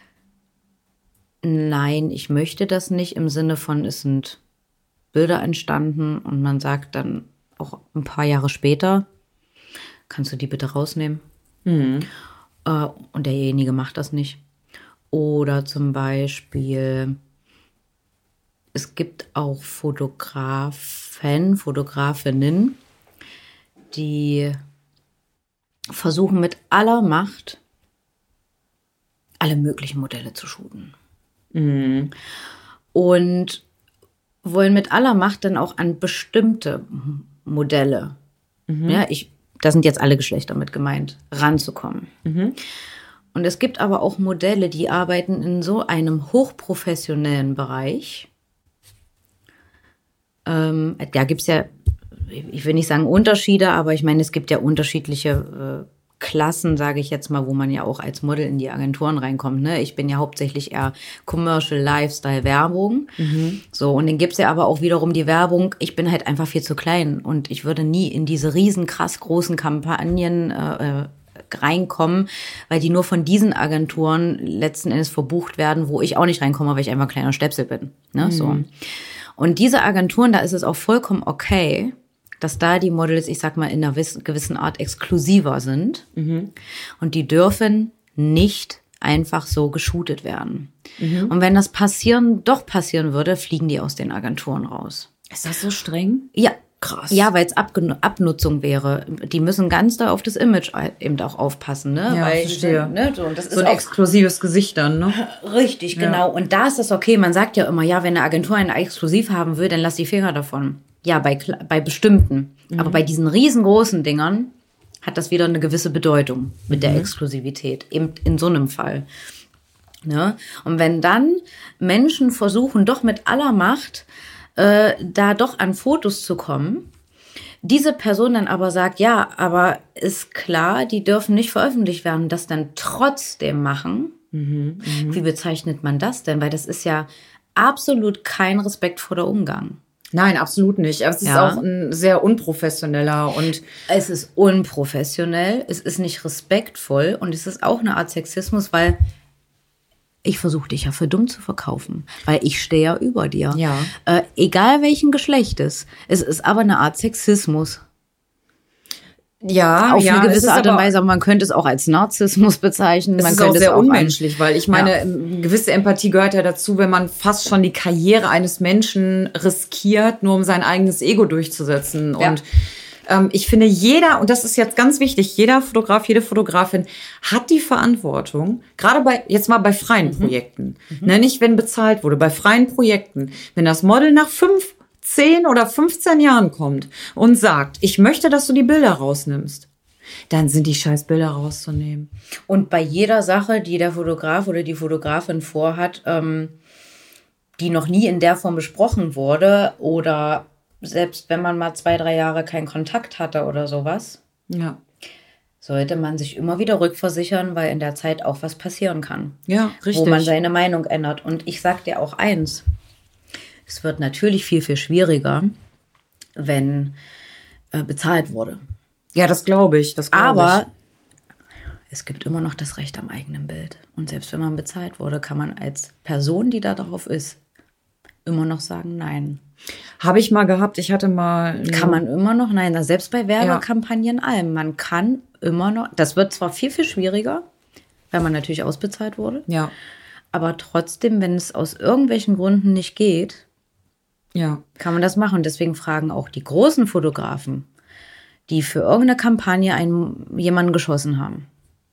nein, ich möchte das nicht, im Sinne von, es sind Bilder entstanden und man sagt dann auch ein paar Jahre später, kannst du die bitte rausnehmen? Mhm. Äh, und derjenige macht das nicht. Oder zum Beispiel, es gibt auch Fotografen, Fotografinnen, die versuchen mit aller Macht, alle möglichen Modelle zu shooten. Mhm. Und wollen mit aller Macht dann auch an bestimmte Modelle, mhm. ja, ich, da sind jetzt alle Geschlechter mit gemeint, ranzukommen. Mhm. Und es gibt aber auch Modelle, die arbeiten in so einem hochprofessionellen Bereich. Ähm, da gibt es ja, ich will nicht sagen Unterschiede, aber ich meine, es gibt ja unterschiedliche äh, Klassen, sage ich jetzt mal, wo man ja auch als Model in die Agenturen reinkommt. Ne? Ich bin ja hauptsächlich eher Commercial, Lifestyle, Werbung. Mhm. So, und dann gibt's ja aber auch wiederum die Werbung, ich bin halt einfach viel zu klein und ich würde nie in diese riesen, krass großen Kampagnen äh, reinkommen, weil die nur von diesen Agenturen letzten Endes verbucht werden, wo ich auch nicht reinkomme, weil ich einfach ein kleiner Stöpsel bin. Ne? Mhm. So. Und diese Agenturen, da ist es auch vollkommen okay, dass da die Models, ich sag mal, in einer gewissen Art exklusiver sind. Mhm. Und die dürfen nicht einfach so geshootet werden. Mhm. Und wenn das passieren, doch passieren würde, fliegen die aus den Agenturen raus. Ist das so streng? Ja. Krass. Ja, weil es Abgen- Abnutzung wäre. Die müssen ganz da auf das Image eben auch aufpassen, ne? Ja, weil verstehe. Sind, ne? So, und das ist so ein auch exklusives Gesicht dann, ne? Richtig, ja. Genau. Und da ist das okay. Man sagt ja immer, ja, wenn eine Agentur einen exklusiv haben will, dann lass die Finger davon. Ja, bei, bei bestimmten. Mhm. Aber bei diesen riesengroßen Dingern hat das wieder eine gewisse Bedeutung mit mhm. der Exklusivität. Eben in so einem Fall. Ne? Und wenn dann Menschen versuchen, doch mit aller Macht äh, da doch an Fotos zu kommen, diese Person dann aber sagt, ja, aber ist klar, die dürfen nicht veröffentlicht werden, das dann trotzdem machen. Mhm. Mhm. Wie bezeichnet man das denn? Weil das ist ja absolut kein respektvoller Umgang. Nein, absolut nicht. Es ist ja auch ein sehr unprofessioneller und es ist unprofessionell, es ist nicht respektvoll und es ist auch eine Art Sexismus, weil ich versuche dich ja für dumm zu verkaufen, weil ich stehe ja über dir. Ja. Äh, egal welchen Geschlechtes. Es ist aber eine Art Sexismus. Ja, auf ja, eine gewisse Art und Weise, aber man könnte es auch als Narzissmus bezeichnen. Es man ist könnte auch sehr es auch unmenschlich, an, weil ich meine, ja. gewisse Empathie gehört ja dazu, wenn man fast schon die Karriere eines Menschen riskiert, nur um sein eigenes Ego durchzusetzen. Ja. Und ähm, ich finde, jeder, und das ist jetzt ganz wichtig, jeder Fotograf, jede Fotografin hat die Verantwortung, gerade bei, jetzt mal bei freien mhm. Projekten, mhm. ne, nicht wenn bezahlt wurde, bei freien Projekten, wenn das Model nach fünf zehn oder fünfzehn Jahren kommt und sagt, ich möchte, dass du die Bilder rausnimmst, dann sind die scheiß Bilder rauszunehmen. Und bei jeder Sache, die der Fotograf oder die Fotografin vorhat, ähm, die noch nie in der Form besprochen wurde oder selbst wenn man mal zwei, drei Jahre keinen Kontakt hatte oder sowas, ja. sollte man sich immer wieder rückversichern, weil in der Zeit auch was passieren kann. Ja, richtig. Wo man seine Meinung ändert. Und ich sag dir auch eins, es wird natürlich viel, viel schwieriger, wenn äh, bezahlt wurde. Ja, das glaube ich. Das glaub Aber ich. es gibt immer noch das Recht am eigenen Bild. Und selbst wenn man bezahlt wurde, kann man als Person, die da drauf ist, immer noch sagen, nein. Habe ich mal gehabt. Ich hatte mal... Kann man immer noch, nein, also selbst bei Werbekampagnen ja. allem. Man kann immer noch, das wird zwar viel, viel schwieriger, weil man natürlich ausbezahlt wurde. Ja. Aber trotzdem, wenn es aus irgendwelchen Gründen nicht geht, ja. kann man das machen. Und deswegen fragen auch die großen Fotografen, die für irgendeine Kampagne einen, jemanden geschossen haben.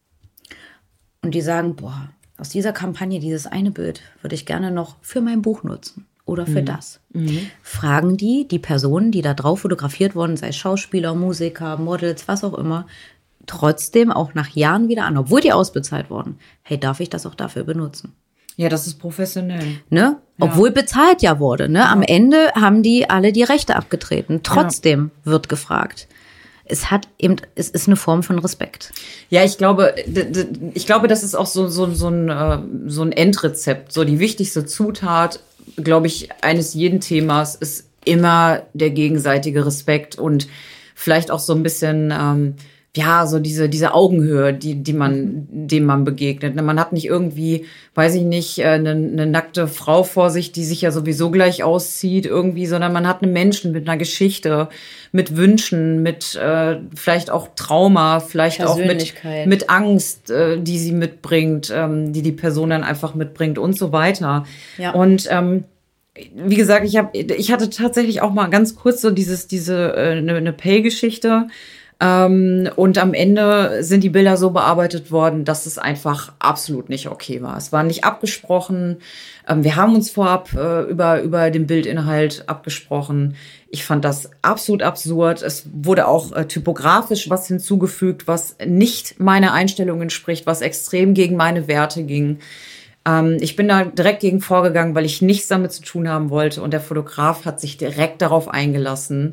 Und die sagen, boah, aus dieser Kampagne, dieses eine Bild, würde ich gerne noch für mein Buch nutzen. Oder für mhm. das. Mhm. Fragen die, die Personen, die da drauf fotografiert wurden, sei es Schauspieler, Musiker, Models, was auch immer, trotzdem auch nach Jahren wieder an, obwohl die ausbezahlt wurden. Hey, darf ich das auch dafür benutzen? Ja, das ist professionell. Ne? Ja. Obwohl bezahlt ja wurde. Ne? Ja. Am Ende haben die alle die Rechte abgetreten. Trotzdem ja. wird gefragt. Es hat eben, es ist eine Form von Respekt. Ja, ich glaube, ich glaube, das ist auch so, so, so ein, so ein Endrezept. So die wichtigste Zutat, glaube ich, eines jeden Themas ist immer der gegenseitige Respekt und vielleicht auch so ein bisschen, ähm, ja, so diese, diese Augenhöhe, die, die man, dem man begegnet. Man hat nicht irgendwie, weiß ich nicht, eine, eine nackte Frau vor sich, die sich ja sowieso gleich auszieht irgendwie, sondern man hat einen Menschen mit einer Geschichte, mit Wünschen, mit äh, vielleicht auch Trauma, vielleicht auch mit, mit Angst, äh, die sie mitbringt, ähm, die die Person dann einfach mitbringt und so weiter. Ja. Und ähm, wie gesagt, ich habe, ich hatte tatsächlich auch mal ganz kurz so dieses, diese äh, eine, eine Pay-Geschichte. Ähm, und am Ende sind die Bilder so bearbeitet worden, dass es einfach absolut nicht okay war. Es war nicht abgesprochen. Ähm, wir haben uns vorab äh, über, über den Bildinhalt abgesprochen. Ich fand das absolut absurd. Es wurde auch äh, typografisch was hinzugefügt, was nicht meiner Einstellung entspricht, was extrem gegen meine Werte ging. Ähm, ich bin da direkt gegen vorgegangen, weil ich nichts damit zu tun haben wollte. Und der Fotograf hat sich direkt darauf eingelassen.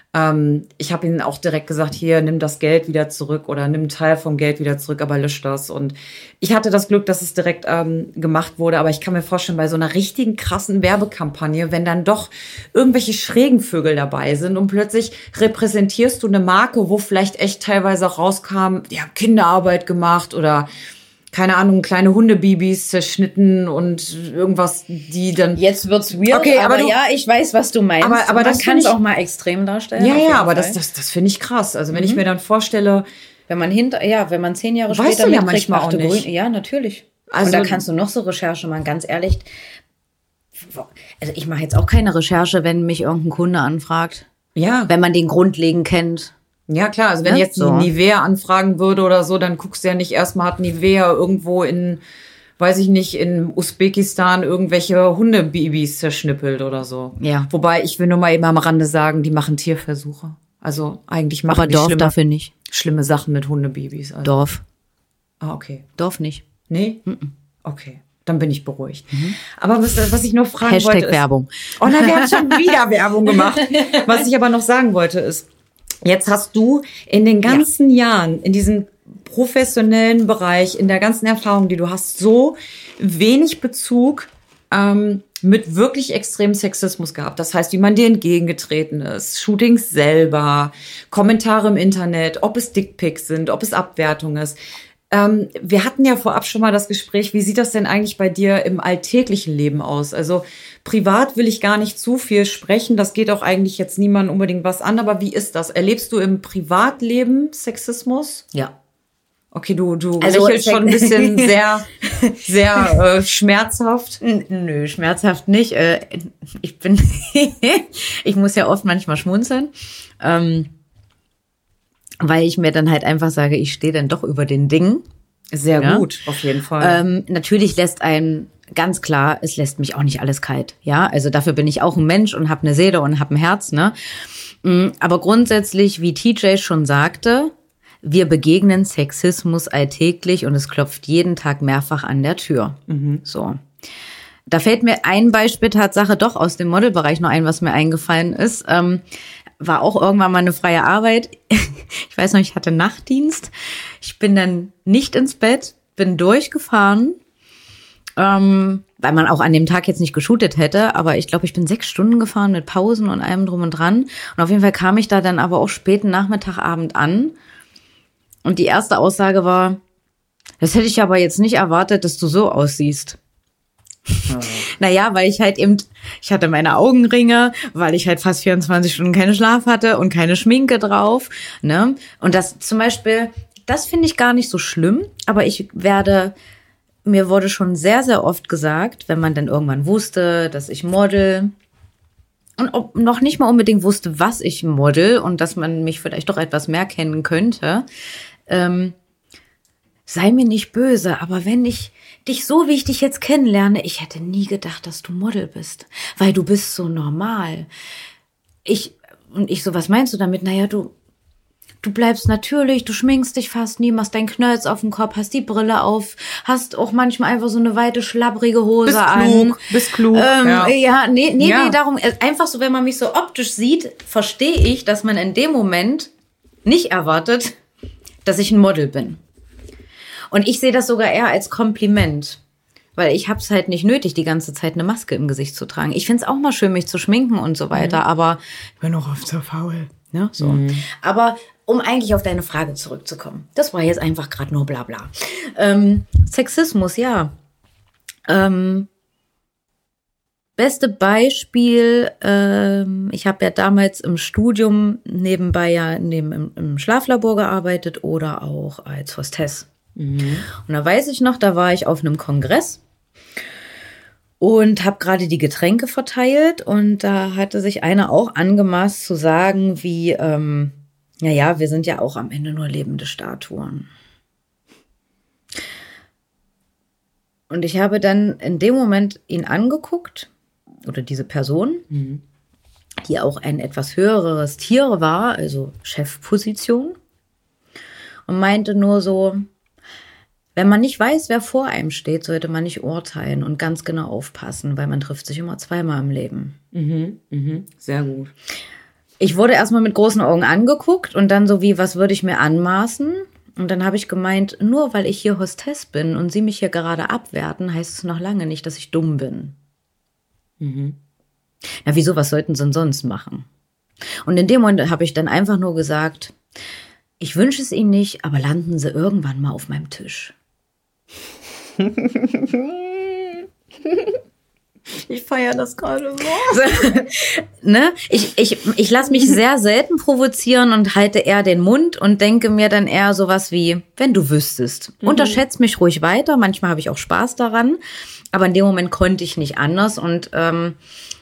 Ich habe ihnen auch direkt gesagt, hier, nimm das Geld wieder zurück oder nimm einen Teil vom Geld wieder zurück, aber lösch das. Und ich hatte das Glück, dass es direkt ähm, gemacht wurde. Aber ich kann mir vorstellen, bei so einer richtigen krassen Werbekampagne, wenn dann doch irgendwelche schrägen Vögel dabei sind und plötzlich repräsentierst du eine Marke, wo vielleicht echt teilweise auch rauskam, die haben Kinderarbeit gemacht oder keine Ahnung, kleine Hundebabys zerschnitten und irgendwas, die dann... Jetzt wird's weird, okay, aber, aber du, ja, ich weiß, was du meinst. Aber, aber Man das kann es auch mal extrem darstellen. Ja, ja, aber das, das, das finde ich krass. Also wenn mhm. ich mir dann vorstelle... Wenn man hinter, ja, wenn man zehn Jahre weißt später du ja manchmal auch nicht. Grün, ja, natürlich. Also, und da kannst du noch so Recherche machen, ganz ehrlich. Also ich mache jetzt auch keine Recherche, wenn mich irgendein Kunde anfragt. Ja. Wenn man den grundlegend kennt. Ja, klar, also wenn ja, jetzt so. Nivea anfragen würde oder so, dann guckst du ja nicht erstmal, hat Nivea irgendwo in, weiß ich nicht, in Usbekistan irgendwelche Hundebabys zerschnippelt oder so. Ja. Wobei, ich will nur mal eben am Rande sagen, die machen Tierversuche. Also eigentlich machen Aber die Dorf schlimme, dafür nicht. schlimme Sachen mit Hundebabys. Also. Dorf. Ah, okay. Dorf nicht. Nee? Mm-mm. Okay. Dann bin ich beruhigt. Mhm. Aber was, was ich noch fragen Hashtag wollte ist... Werbung. Oh nein, wir haben schon wieder Werbung gemacht. Was ich aber noch sagen wollte ist, jetzt hast du in den ganzen ja. Jahren, in diesem professionellen Bereich, in der ganzen Erfahrung, die du hast, so wenig Bezug ähm, mit wirklich extremem Sexismus gehabt. Das heißt, wie man dir entgegengetreten ist, Shootings selber, Kommentare im Internet, ob es Dickpics sind, ob es Abwertung ist. Ähm, wir hatten ja vorab schon mal das Gespräch, wie sieht das denn eigentlich bei dir im alltäglichen Leben aus? Also privat will ich gar nicht zu viel sprechen, das geht auch eigentlich jetzt niemandem unbedingt was an, aber wie ist das? Erlebst du im Privatleben Sexismus? Ja. Okay, du, du also lächelst schon ein bisschen sehr, sehr äh, schmerzhaft. Nö, schmerzhaft nicht. Äh, ich bin, ich muss ja oft manchmal schmunzeln. Ähm, Weil ich mir dann halt einfach sage, ich stehe dann doch über den Dingen. Sehr ja. gut, auf jeden Fall. Ähm, natürlich lässt einen, ganz klar, es lässt mich auch nicht alles kalt. Ja, also dafür bin ich auch ein Mensch und habe eine Seele und habe ein Herz. Ne? Aber grundsätzlich, wie T J schon sagte, wir begegnen Sexismus alltäglich und es klopft jeden Tag mehrfach an der Tür. Mhm. So. Da fällt mir ein Beispiel Tatsache doch aus dem Modelbereich noch ein, was mir eingefallen ist. Ähm, war auch irgendwann mal eine freie Arbeit. Ich weiß noch, ich hatte Nachtdienst. Ich bin dann nicht ins Bett, bin durchgefahren, ähm, weil man auch an dem Tag jetzt nicht geshootet hätte. Aber ich glaube, ich bin sechs Stunden gefahren mit Pausen und allem drum und dran. Und auf jeden Fall kam ich da dann aber auch späten Nachmittagabend an. Und die erste Aussage war, das hätte ich aber jetzt nicht erwartet, dass du so aussiehst. Ja. Naja, weil ich halt eben, ich hatte meine Augenringe, weil ich halt fast vierundzwanzig Stunden keinen Schlaf hatte und keine Schminke drauf, ne? Und das zum Beispiel, das finde ich gar nicht so schlimm, aber ich werde, mir wurde schon sehr, sehr oft gesagt, wenn man dann irgendwann wusste, dass ich model und ob noch nicht mal unbedingt wusste, was ich model und dass man mich vielleicht doch etwas mehr kennen könnte, ähm, sei mir nicht böse, aber wenn ich dich so, wie ich dich jetzt kennenlerne, ich hätte nie gedacht, dass du Model bist, weil du bist so normal. Ich, und ich so, was meinst du damit? Naja, du, du bleibst natürlich, du schminkst dich fast nie, machst deinen Knölz auf dem Kopf, hast die Brille auf, hast auch manchmal einfach so eine weite, schlabbrige Hose bist an. Klug, bist klug, ähm, ja. Ja, nee, nee, ja. nee, darum, einfach so, wenn man mich so optisch sieht, verstehe ich, dass man in dem Moment nicht erwartet, dass ich ein Model bin. Und ich sehe das sogar eher als Kompliment, weil ich habe es halt nicht nötig, die ganze Zeit eine Maske im Gesicht zu tragen. Ich finde es auch mal schön, mich zu schminken und so weiter, mhm. aber ich bin auch oft so faul. Ne? So. Mhm. Aber um eigentlich auf deine Frage zurückzukommen, das war jetzt einfach gerade nur Blabla. Ähm, Sexismus, ja. Ähm, beste Beispiel, ähm, ich habe ja damals im Studium nebenbei ja neben, im, im Schlaflabor gearbeitet oder auch als Hostess. Mhm. Und da weiß ich noch, da war ich auf einem Kongress und habe gerade die Getränke verteilt und da hatte sich einer auch angemaßt zu sagen, wie, ähm, naja, wir sind ja auch am Ende nur lebende Statuen. Und ich habe dann in dem Moment ihn angeguckt, oder diese Person, mhm. die auch ein etwas höheres Tier war, also Chefposition, und meinte nur so, wenn man nicht weiß, wer vor einem steht, sollte man nicht urteilen und ganz genau aufpassen, weil man trifft sich immer zweimal im Leben. Mhm, mhm, sehr gut. Ich wurde erstmal mit großen Augen angeguckt und dann so wie, was würde ich mir anmaßen? Und dann habe ich gemeint, nur weil ich hier Hostess bin und Sie mich hier gerade abwerten, heißt es noch lange nicht, dass ich dumm bin. Mhm. Na, wieso, was sollten Sie denn sonst machen? Und in dem Moment habe ich dann einfach nur gesagt, ich wünsche es Ihnen nicht, aber landen Sie irgendwann mal auf meinem Tisch. Ich feiere das gerade so. ne? Ich, ich, ich lasse mich sehr selten provozieren und halte eher den Mund und denke mir dann eher sowas wie, wenn du wüsstest. Mhm. Unterschätzt mich ruhig weiter, manchmal habe ich auch Spaß daran, aber in dem Moment konnte ich nicht anders und ähm,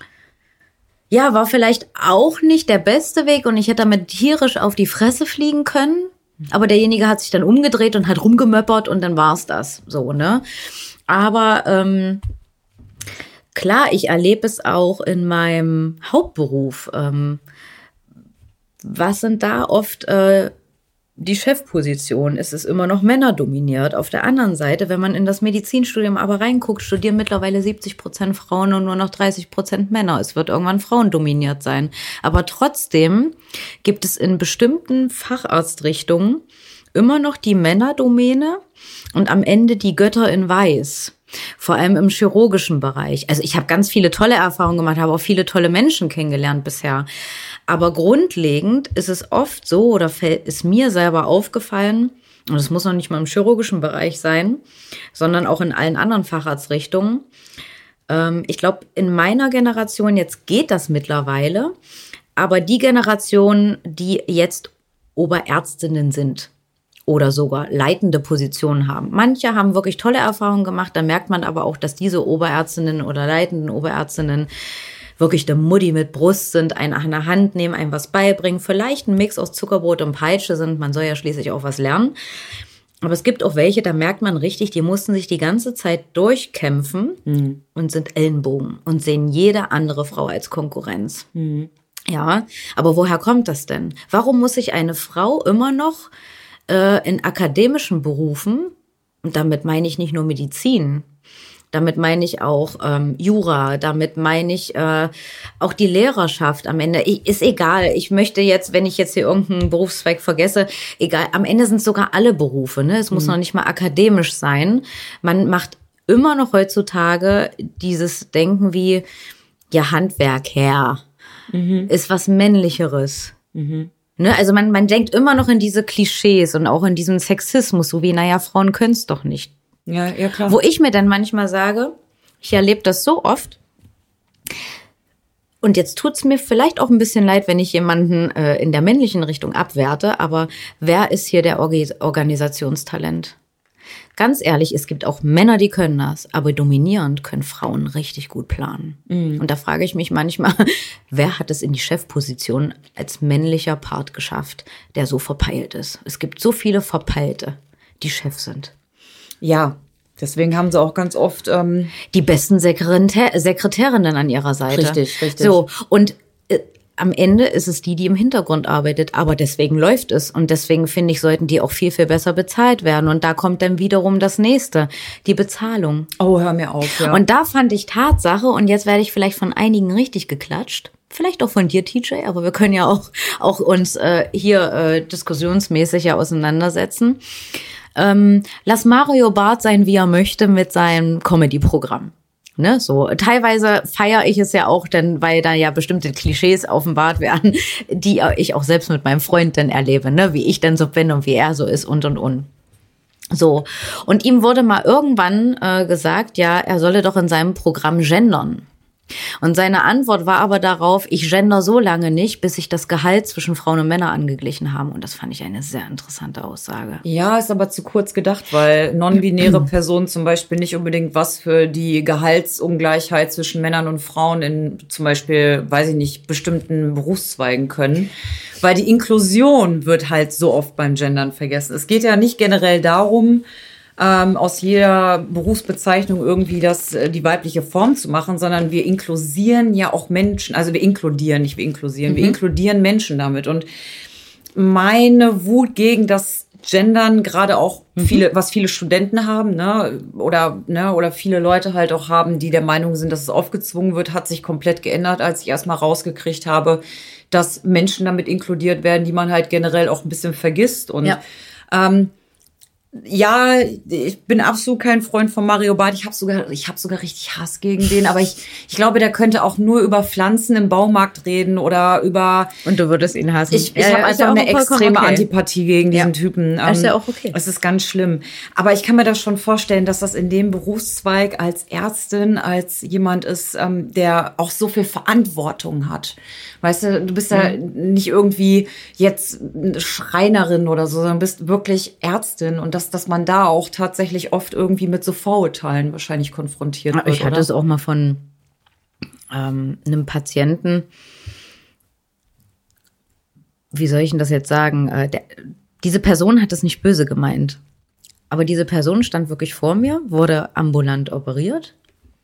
ja, war vielleicht auch nicht der beste Weg und ich hätte damit tierisch auf die Fresse fliegen können. Aber derjenige hat sich dann umgedreht und hat rumgemöppert und dann war's das. So, ne? Aber ähm, klar, ich erlebe es auch in meinem Hauptberuf. Ähm, was sind da oft äh, die Chefpositionen? Es ist immer noch männerdominiert. Auf der anderen Seite, wenn man in das Medizinstudium aber reinguckt, studieren mittlerweile siebzig Prozent Frauen und nur noch dreißig Prozent Männer. Es wird irgendwann frauendominiert sein. Aber trotzdem gibt es in bestimmten Facharztrichtungen immer noch die Männerdomäne und am Ende die Götter in Weiß. Vor allem im chirurgischen Bereich. Also ich habe ganz viele tolle Erfahrungen gemacht, habe auch viele tolle Menschen kennengelernt bisher. Aber grundlegend ist es oft so, oder ist mir selber aufgefallen, und es muss noch nicht mal im chirurgischen Bereich sein, sondern auch in allen anderen Facharztrichtungen. Ähm, ich glaube, in meiner Generation, jetzt geht das mittlerweile, aber die Generation, die jetzt Oberärztinnen sind, oder sogar leitende Positionen haben. Manche haben wirklich tolle Erfahrungen gemacht, da merkt man aber auch, dass diese Oberärztinnen oder leitenden Oberärztinnen wirklich der Mutti mit Brust sind, einen an der Hand nehmen, einem was beibringen, vielleicht ein Mix aus Zuckerbrot und Peitsche sind, man soll ja schließlich auch was lernen. Aber es gibt auch welche, da merkt man richtig, die mussten sich die ganze Zeit durchkämpfen mhm. und sind Ellenbogen und sehen jede andere Frau als Konkurrenz. Mhm. Ja, aber woher kommt das denn? Warum muss sich eine Frau immer noch in akademischen Berufen, und damit meine ich nicht nur Medizin, Damit meine ich auch ähm, Jura, damit meine ich äh, auch die Lehrerschaft am Ende. Ich, ist egal, ich möchte jetzt, wenn ich jetzt hier irgendeinen Berufszweig vergesse, egal, am Ende sind es sogar alle Berufe, ne? Es muss mhm. noch nicht mal akademisch sein. Man macht immer noch heutzutage dieses Denken wie, ja, Handwerk, Herr, mhm. ist was Männlicheres. Mhm. Ne? Also man, man denkt immer noch in diese Klischees und auch in diesen Sexismus, so wie, naja, Frauen können es doch nicht. Ja, ja, klar. Wo ich mir dann manchmal sage, ich erlebe das so oft, und jetzt tut's mir vielleicht auch ein bisschen leid, wenn ich jemanden äh, in der männlichen Richtung abwerte, aber wer ist hier der Org- Organisationstalent? Ganz ehrlich, es gibt auch Männer, die können das, aber dominierend können Frauen richtig gut planen. Mhm. Und da frage ich mich manchmal, wer hat es in die Chefposition als männlicher Part geschafft, der so verpeilt ist? Es gibt so viele Verpeilte, die Chef sind. Ja, deswegen haben sie auch ganz oft ähm die besten Sekretär- Sekretärinnen an ihrer Seite. Richtig, richtig. So, und äh, am Ende ist es die, die im Hintergrund arbeitet, aber deswegen läuft es. Und deswegen, finde ich, sollten die auch viel, viel besser bezahlt werden. Und da kommt dann wiederum das Nächste, die Bezahlung. Oh, hör mir auf, ja. Und da fand ich Tatsache, und jetzt werde ich vielleicht von einigen richtig geklatscht, vielleicht auch von dir, T J, aber wir können ja auch, auch uns äh, hier äh, diskussionsmäßig ja auseinandersetzen. Ähm, lass Mario Barth sein, wie er möchte, mit seinem Comedy-Programm. Ne, so. Teilweise feiere ich es ja auch, denn weil da ja bestimmte Klischees offenbart werden, die ich auch selbst mit meinem Freund dann erlebe, ne, wie ich denn so bin und wie er so ist und und und. So. Und ihm wurde mal irgendwann äh, gesagt, ja, er solle doch in seinem Programm gendern. Und seine Antwort war aber darauf, ich gender so lange nicht, bis sich das Gehalt zwischen Frauen und Männern angeglichen haben. Und das fand ich eine sehr interessante Aussage. Ja, ist aber zu kurz gedacht, weil non-binäre Personen zum Beispiel nicht unbedingt was für die Gehaltsungleichheit zwischen Männern und Frauen in zum Beispiel, weiß ich nicht, bestimmten Berufszweigen können. Weil die Inklusion wird halt so oft beim Gendern vergessen. Es geht ja nicht generell darum, Ähm, aus jeder Berufsbezeichnung irgendwie das, äh, die weibliche Form zu machen, sondern wir inklusieren ja auch Menschen, also wir inkludieren, nicht wir inklusieren, mhm. wir inkludieren Menschen damit. Und meine Wut gegen das Gendern, gerade auch mhm. viele, was viele Studenten haben, ne, oder, ne, oder viele Leute halt auch haben, die der Meinung sind, dass es aufgezwungen wird, hat sich komplett geändert, als ich erstmal rausgekriegt habe, dass Menschen damit inkludiert werden, die man halt generell auch ein bisschen vergisst. Und ja. ähm, Ja, ich bin absolut kein Freund von Mario Barth. Ich habe sogar, ich habe sogar richtig Hass gegen den. Aber ich, ich glaube, der könnte auch nur über Pflanzen im Baumarkt reden oder über. Und du würdest ihn hassen. Ich, ich ja, habe ja, einfach eine extreme okay. Antipathie gegen diesen ja. Typen. Das ist ja auch okay. Es ist ganz schlimm. Aber ich kann mir das schon vorstellen, dass das in dem Berufszweig als Ärztin, als jemand ist, ähm, der auch so viel Verantwortung hat. Weißt du, du bist ja mhm. nicht irgendwie jetzt eine Schreinerin oder so, sondern bist wirklich Ärztin und das Dass, dass man da auch tatsächlich oft irgendwie mit so Vorurteilen wahrscheinlich konfrontiert wird. Ich hatte oder? es auch mal von ähm, einem Patienten, wie soll ich denn das jetzt sagen? Äh, der, diese Person hat es nicht böse gemeint. Aber diese Person stand wirklich vor mir, wurde ambulant operiert.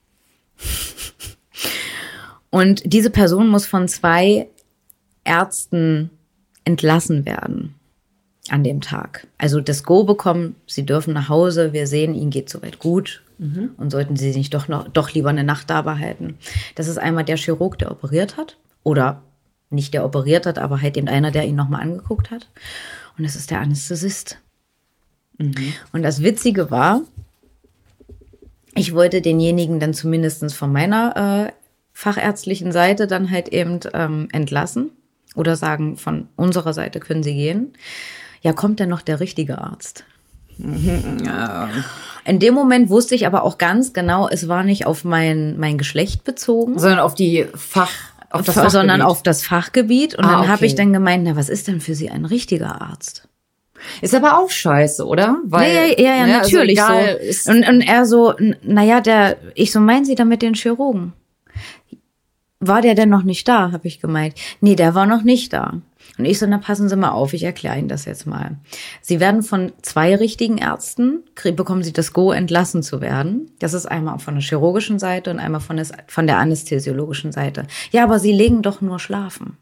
Und diese Person muss von zwei Ärzten entlassen werden. An dem Tag. Also das Go bekommen, Sie dürfen nach Hause, wir sehen, Ihnen geht soweit gut mhm. und sollten Sie sich doch noch doch lieber eine Nacht da behalten. Das ist einmal der Chirurg, der operiert hat oder nicht der operiert hat, aber halt eben einer, der ihn nochmal angeguckt hat. Und das ist der Anästhesist. Mhm. Und das Witzige war, ich wollte denjenigen dann zumindest von meiner äh, fachärztlichen Seite dann halt eben ähm, entlassen oder sagen, von unserer Seite können Sie gehen. Ja, kommt denn noch der richtige Arzt? Ja. In dem Moment wusste ich aber auch ganz genau, es war nicht auf mein, mein Geschlecht bezogen. Sondern auf die Fach, auf das Fachgebiet. Sondern auf das Fachgebiet. Und ah, dann okay. habe ich dann gemeint, na, was ist denn für Sie ein richtiger Arzt? Ist aber auch scheiße, oder? Weil, ja, ja, ja, ja ne, natürlich also so. Und, und er so, naja, der, ich so, meinen Sie damit den Chirurgen? War der denn noch nicht da, habe ich gemeint. Nee, der war noch nicht da. Und ich so, na passen Sie mal auf, ich erkläre Ihnen das jetzt mal. Sie werden von zwei richtigen Ärzten, bekommen Sie das Go, entlassen zu werden. Das ist einmal von der chirurgischen Seite und einmal von, des, von der anästhesiologischen Seite. Ja, aber Sie legen doch nur schlafen.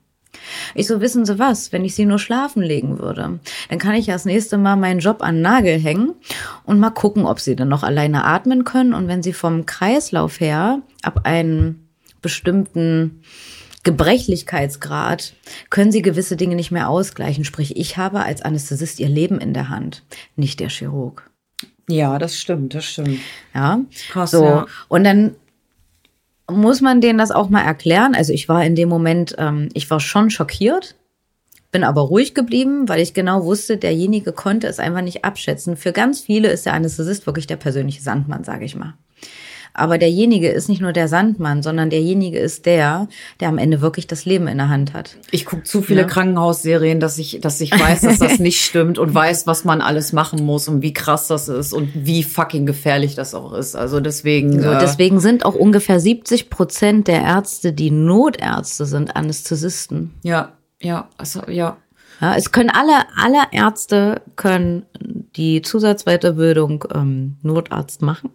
Ich so, wissen Sie was, wenn ich Sie nur schlafen legen würde, dann kann ich ja das nächste Mal meinen Job an den Nagel hängen und mal gucken, ob Sie dann noch alleine atmen können. Und wenn Sie vom Kreislauf her ab einem bestimmten Gebrechlichkeitsgrad können Sie gewisse Dinge nicht mehr ausgleichen. Sprich, ich habe als Anästhesist Ihr Leben in der Hand, nicht der Chirurg. Ja, das stimmt, das stimmt. Ja, krass, so. Ja. Und dann muss man denen das auch mal erklären. Also ich war in dem Moment, ähm, ich war schon schockiert, bin aber ruhig geblieben, weil ich genau wusste, derjenige konnte es einfach nicht abschätzen. Für ganz viele ist der Anästhesist wirklich der persönliche Sandmann, sage ich mal. Aber derjenige ist nicht nur der Sandmann, sondern derjenige ist der, der am Ende wirklich das Leben in der Hand hat. Ich gucke zu viele ja. Krankenhausserien, dass ich, dass ich weiß, dass das nicht stimmt und weiß, was man alles machen muss und wie krass das ist und wie fucking gefährlich das auch ist. Also deswegen. So, äh, deswegen sind auch ungefähr siebzig Prozent der Ärzte, die Notärzte sind, Anästhesisten. Ja, ja, also ja. Ja, es können alle, alle Ärzte können die Zusatzweiterbildung ähm, Notarzt machen.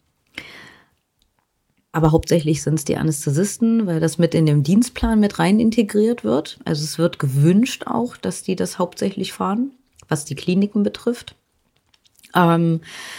Aber hauptsächlich sind es die Anästhesisten, weil das mit in den Dienstplan mit rein integriert wird. Also es wird gewünscht auch, dass die das hauptsächlich fahren, was die Kliniken betrifft. Ähm,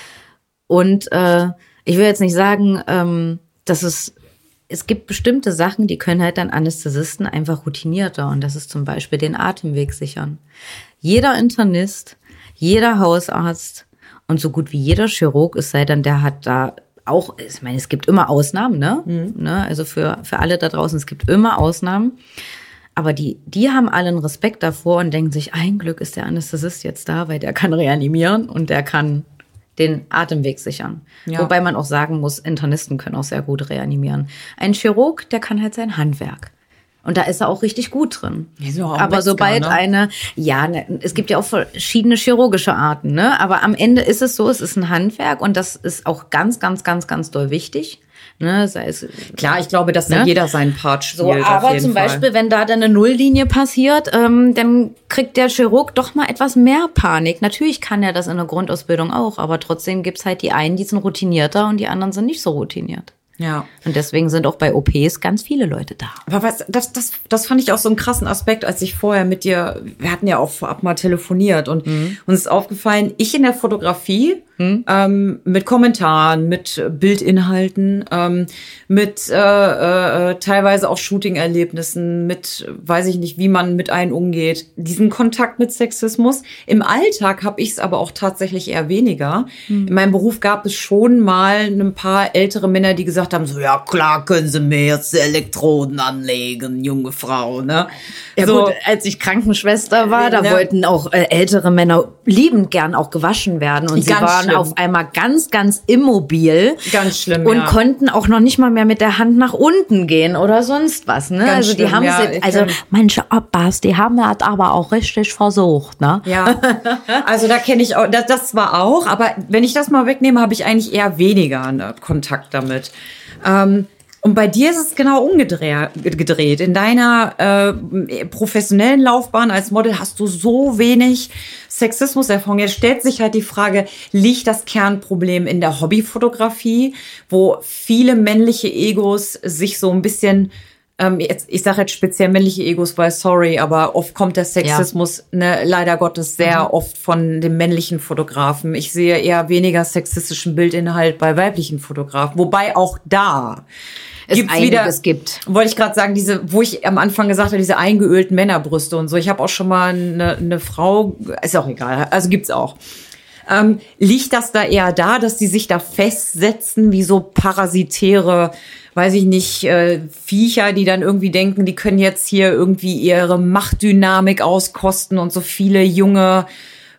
und äh, ich will jetzt nicht sagen, ähm, dass es, es gibt bestimmte Sachen, die können halt dann Anästhesisten einfach routinierter. Und das ist zum Beispiel den Atemweg sichern. Jeder Internist, jeder Hausarzt und so gut wie jeder Chirurg, es sei denn, der hat da auch, ich meine, es gibt immer Ausnahmen, ne? Mhm. ne? Also für, für alle da draußen, es gibt immer Ausnahmen. Aber die, die haben allen Respekt davor und denken sich, ein Glück ist der Anästhesist jetzt da, weil der kann reanimieren und der kann den Atemweg sichern. Ja. Wobei man auch sagen muss, Internisten können auch sehr gut reanimieren. Ein Chirurg, der kann halt sein Handwerk. Und da ist er auch richtig gut drin. Ja, aber Metzger, sobald ne? eine, ja, ne, es gibt ja auch verschiedene chirurgische Arten, ne? Aber am Ende ist es so, es ist ein Handwerk und das ist auch ganz, ganz, ganz, ganz doll wichtig. Ne? Sei es, klar, ich glaube, dass da ne? jeder seinen Part spielt. So, aber auf jeden zum Fall. Beispiel, wenn da dann eine Nulllinie passiert, ähm, dann kriegt der Chirurg doch mal etwas mehr Panik. Natürlich kann er das in der Grundausbildung auch, aber trotzdem gibt's halt die einen, die sind routinierter und die anderen sind nicht so routiniert. Ja. Und deswegen sind auch bei O Ps ganz viele Leute da. Aber was, das, das, das fand ich auch so einen krassen Aspekt, als ich vorher mit dir, wir hatten ja auch vorab mal telefoniert und mhm. uns ist aufgefallen, ich in der Fotografie, mhm. ähm, mit Kommentaren, mit Bildinhalten, ähm, mit äh, äh, teilweise auch Shooting-Erlebnissen, mit, weiß ich nicht, wie man mit einem umgeht, diesen Kontakt mit Sexismus. Im Alltag habe ich es aber auch tatsächlich eher weniger. Mhm. In meinem Beruf gab es schon mal ein paar ältere Männer, die gesagt haben, so, ja klar, können Sie mir jetzt Elektroden anlegen, junge Frau, ne? Ja so, gut, als ich Krankenschwester war, da ne? wollten auch äh, ältere Männer liebend gern auch gewaschen werden und sie ganz waren schlimm. Auf einmal ganz, ganz immobil. Ganz schlimm, Und ja. konnten auch noch nicht mal mehr mit der Hand nach unten gehen oder sonst was, ne? Ganz also die schlimm, haben ja, sie, also manche Opas, die haben das aber auch richtig versucht, ne? Ja, also da kenne ich auch, das, das zwar auch, aber wenn ich das mal wegnehme, habe ich eigentlich eher weniger ne, Kontakt damit. Ähm, und bei dir ist es genau umgedreht. In deiner äh, professionellen Laufbahn als Model hast du so wenig Sexismuserfahrung. Jetzt stellt sich halt die Frage, liegt das Kernproblem in der Hobbyfotografie, wo viele männliche Egos sich so ein bisschen Ähm, jetzt, ich sage jetzt speziell männliche Egos, weil sorry, aber oft kommt der Sexismus ja. ne, leider Gottes sehr mhm. oft von dem männlichen Fotografen. Ich sehe eher weniger sexistischen Bildinhalt bei weiblichen Fotografen, wobei auch da es gibt's einiges wieder, gibt. Wollte ich gerade sagen, diese, wo ich am Anfang gesagt habe, diese eingeölten Männerbrüste und so. Ich habe auch schon mal eine, eine Frau, ist auch egal, also gibt's auch. Ähm, liegt das da eher da, dass die sich da festsetzen wie so parasitäre, weiß ich nicht, äh, Viecher, die dann irgendwie denken, die können jetzt hier irgendwie ihre Machtdynamik auskosten und so viele junge,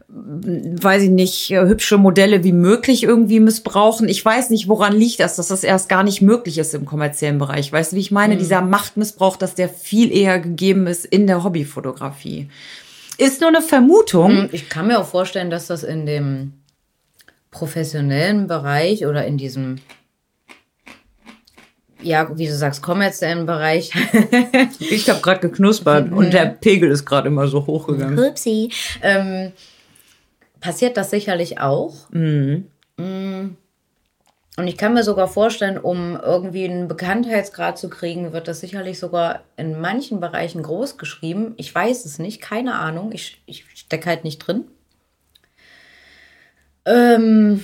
weiß ich nicht, hübsche Modelle wie möglich irgendwie missbrauchen. Ich weiß nicht, woran liegt das, dass das erst gar nicht möglich ist im kommerziellen Bereich. Weißt du, wie ich meine? Mhm. Dieser Machtmissbrauch, dass der viel eher gegeben ist in der Hobbyfotografie. Ist nur eine Vermutung. Ich kann mir auch vorstellen, dass das in dem professionellen Bereich oder in diesem, ja, wie du sagst, kommerziellen Bereich. Ich habe gerade geknuspert und der Pegel ist gerade immer so hochgegangen. Upsi. Ähm, passiert das sicherlich auch. Mhm. Und ich kann mir sogar vorstellen, um irgendwie einen Bekanntheitsgrad zu kriegen, wird das sicherlich sogar in manchen Bereichen groß geschrieben. Ich weiß es nicht, keine Ahnung. Ich, ich stecke halt nicht drin. Ähm,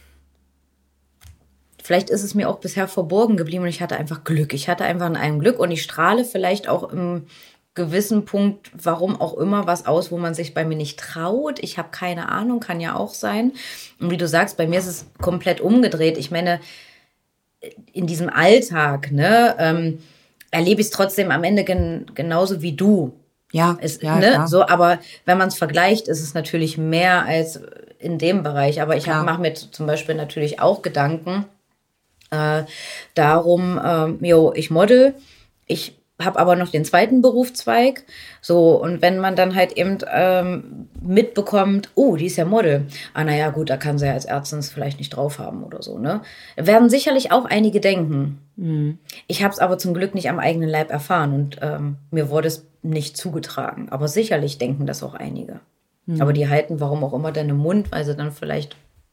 vielleicht ist es mir auch bisher verborgen geblieben und ich hatte einfach Glück. Ich hatte einfach in einem Glück und ich strahle vielleicht auch im gewissen Punkt, warum auch immer, was aus, wo man sich bei mir nicht traut. Ich habe keine Ahnung, kann ja auch sein. Und wie du sagst, bei mir ist es komplett umgedreht. Ich meine, in diesem Alltag, ne, ähm, erlebe ich es trotzdem am Ende gen- genauso wie du. Ja, es, ja, ne, klar. so, aber wenn man es vergleicht, ist es natürlich mehr als in dem Bereich. Aber ich mache mir zum Beispiel natürlich auch Gedanken äh, darum, ähm, jo, ich model, ich habe aber noch den zweiten Berufszweig. So, und wenn man dann halt eben ähm, mitbekommt, oh, die ist ja Model. Ah, naja, gut, da kann sie ja als Ärztin es vielleicht nicht drauf haben oder so, ne? Werden sicherlich auch einige denken. Mhm. Ich habe es aber zum Glück nicht am eigenen Leib erfahren und ähm, mir wurde es nicht zugetragen. Aber sicherlich denken das auch einige. Mhm. Aber die halten, warum auch immer, dann im Mund, weil sie dann vielleicht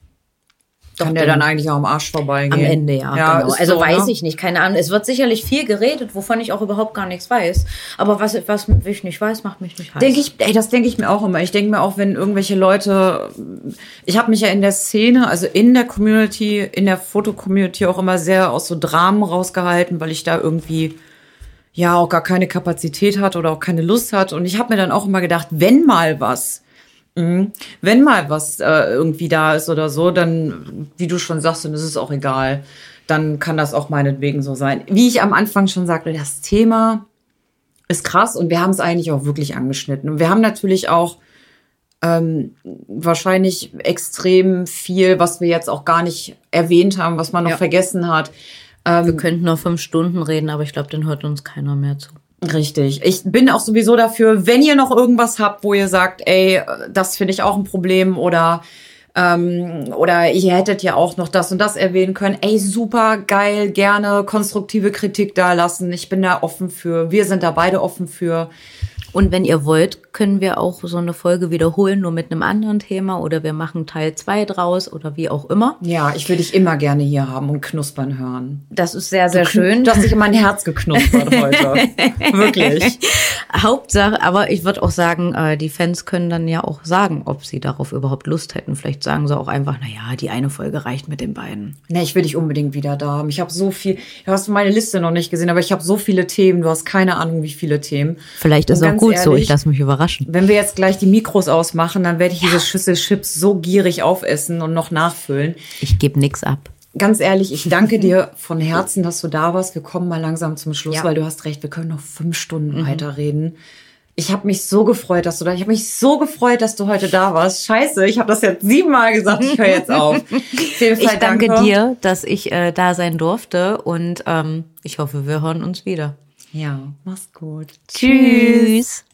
Doch, kann der dann eigentlich auch am Arsch vorbeigehen. Am Ende, ja, ja genau. Also so, weiß ne? ich nicht, keine Ahnung. Es wird sicherlich viel geredet, wovon ich auch überhaupt gar nichts weiß. Aber was, was ich nicht weiß, macht mich nicht heiß. Denke ich, ey, das denke ich mir auch immer. Ich denke mir auch, wenn irgendwelche Leute, ich habe mich ja in der Szene, also in der Community, in der Foto-Community auch immer sehr aus so Dramen rausgehalten, weil ich da irgendwie ja auch gar keine Kapazität hatte oder auch keine Lust hatte. Und ich habe mir dann auch immer gedacht, wenn mal was, Mhm. Wenn mal was äh, irgendwie da ist oder so, dann, wie du schon sagst, dann ist es auch egal. Dann kann das auch meinetwegen so sein. Wie ich am Anfang schon sagte, das Thema ist krass und wir haben es eigentlich auch wirklich angeschnitten. Und wir haben natürlich auch ähm, wahrscheinlich extrem viel, was wir jetzt auch gar nicht erwähnt haben, was man noch ja. vergessen hat. Ähm, wir könnten noch fünf Stunden reden, aber ich glaube, dann hört uns keiner mehr zu. Richtig. Ich bin auch sowieso dafür, wenn ihr noch irgendwas habt, wo ihr sagt, ey, das finde ich auch ein Problem oder ähm, oder ihr hättet ja auch noch das und das erwähnen können. Ey, super geil, gerne konstruktive Kritik da lassen. Ich bin da offen für. Wir sind da beide offen für. Und wenn ihr wollt, können wir auch so eine Folge wiederholen, nur mit einem anderen Thema oder wir machen Teil zwei draus oder wie auch immer. Ja, ich will dich immer gerne hier haben und knuspern hören. Das ist sehr, sehr du, schön. Du hast dich in mein Herz geknuspert heute. Wirklich. Hauptsache, aber ich würde auch sagen, die Fans können dann ja auch sagen, ob sie darauf überhaupt Lust hätten. Vielleicht sagen sie auch einfach, naja, die eine Folge reicht mit den beiden. Ne, ich will dich unbedingt wieder da haben. Ich habe so viel, du hast meine Liste noch nicht gesehen, aber ich habe so viele Themen. Du hast keine Ahnung, wie viele Themen. Vielleicht ist auch gut so, ich lasse mich überraschen. Wenn wir jetzt gleich die Mikros ausmachen, dann werde ich ja. diese Schüssel Chips so gierig aufessen und noch nachfüllen. Ich gebe nix ab. Ganz ehrlich, ich danke dir von Herzen, dass du da warst. Wir kommen mal langsam zum Schluss, ja. weil du hast recht, wir können noch fünf Stunden mhm. weiterreden. Ich habe mich so gefreut, dass du da, ich habe mich so gefreut, dass du heute da warst. Scheiße, ich habe das jetzt siebenmal gesagt, ich höre jetzt auf. Auf jeden Fall ich danke, danke dir, dass ich äh, da sein durfte und ähm, ich hoffe, wir hören uns wieder. Ja, mach's gut. Tschüss.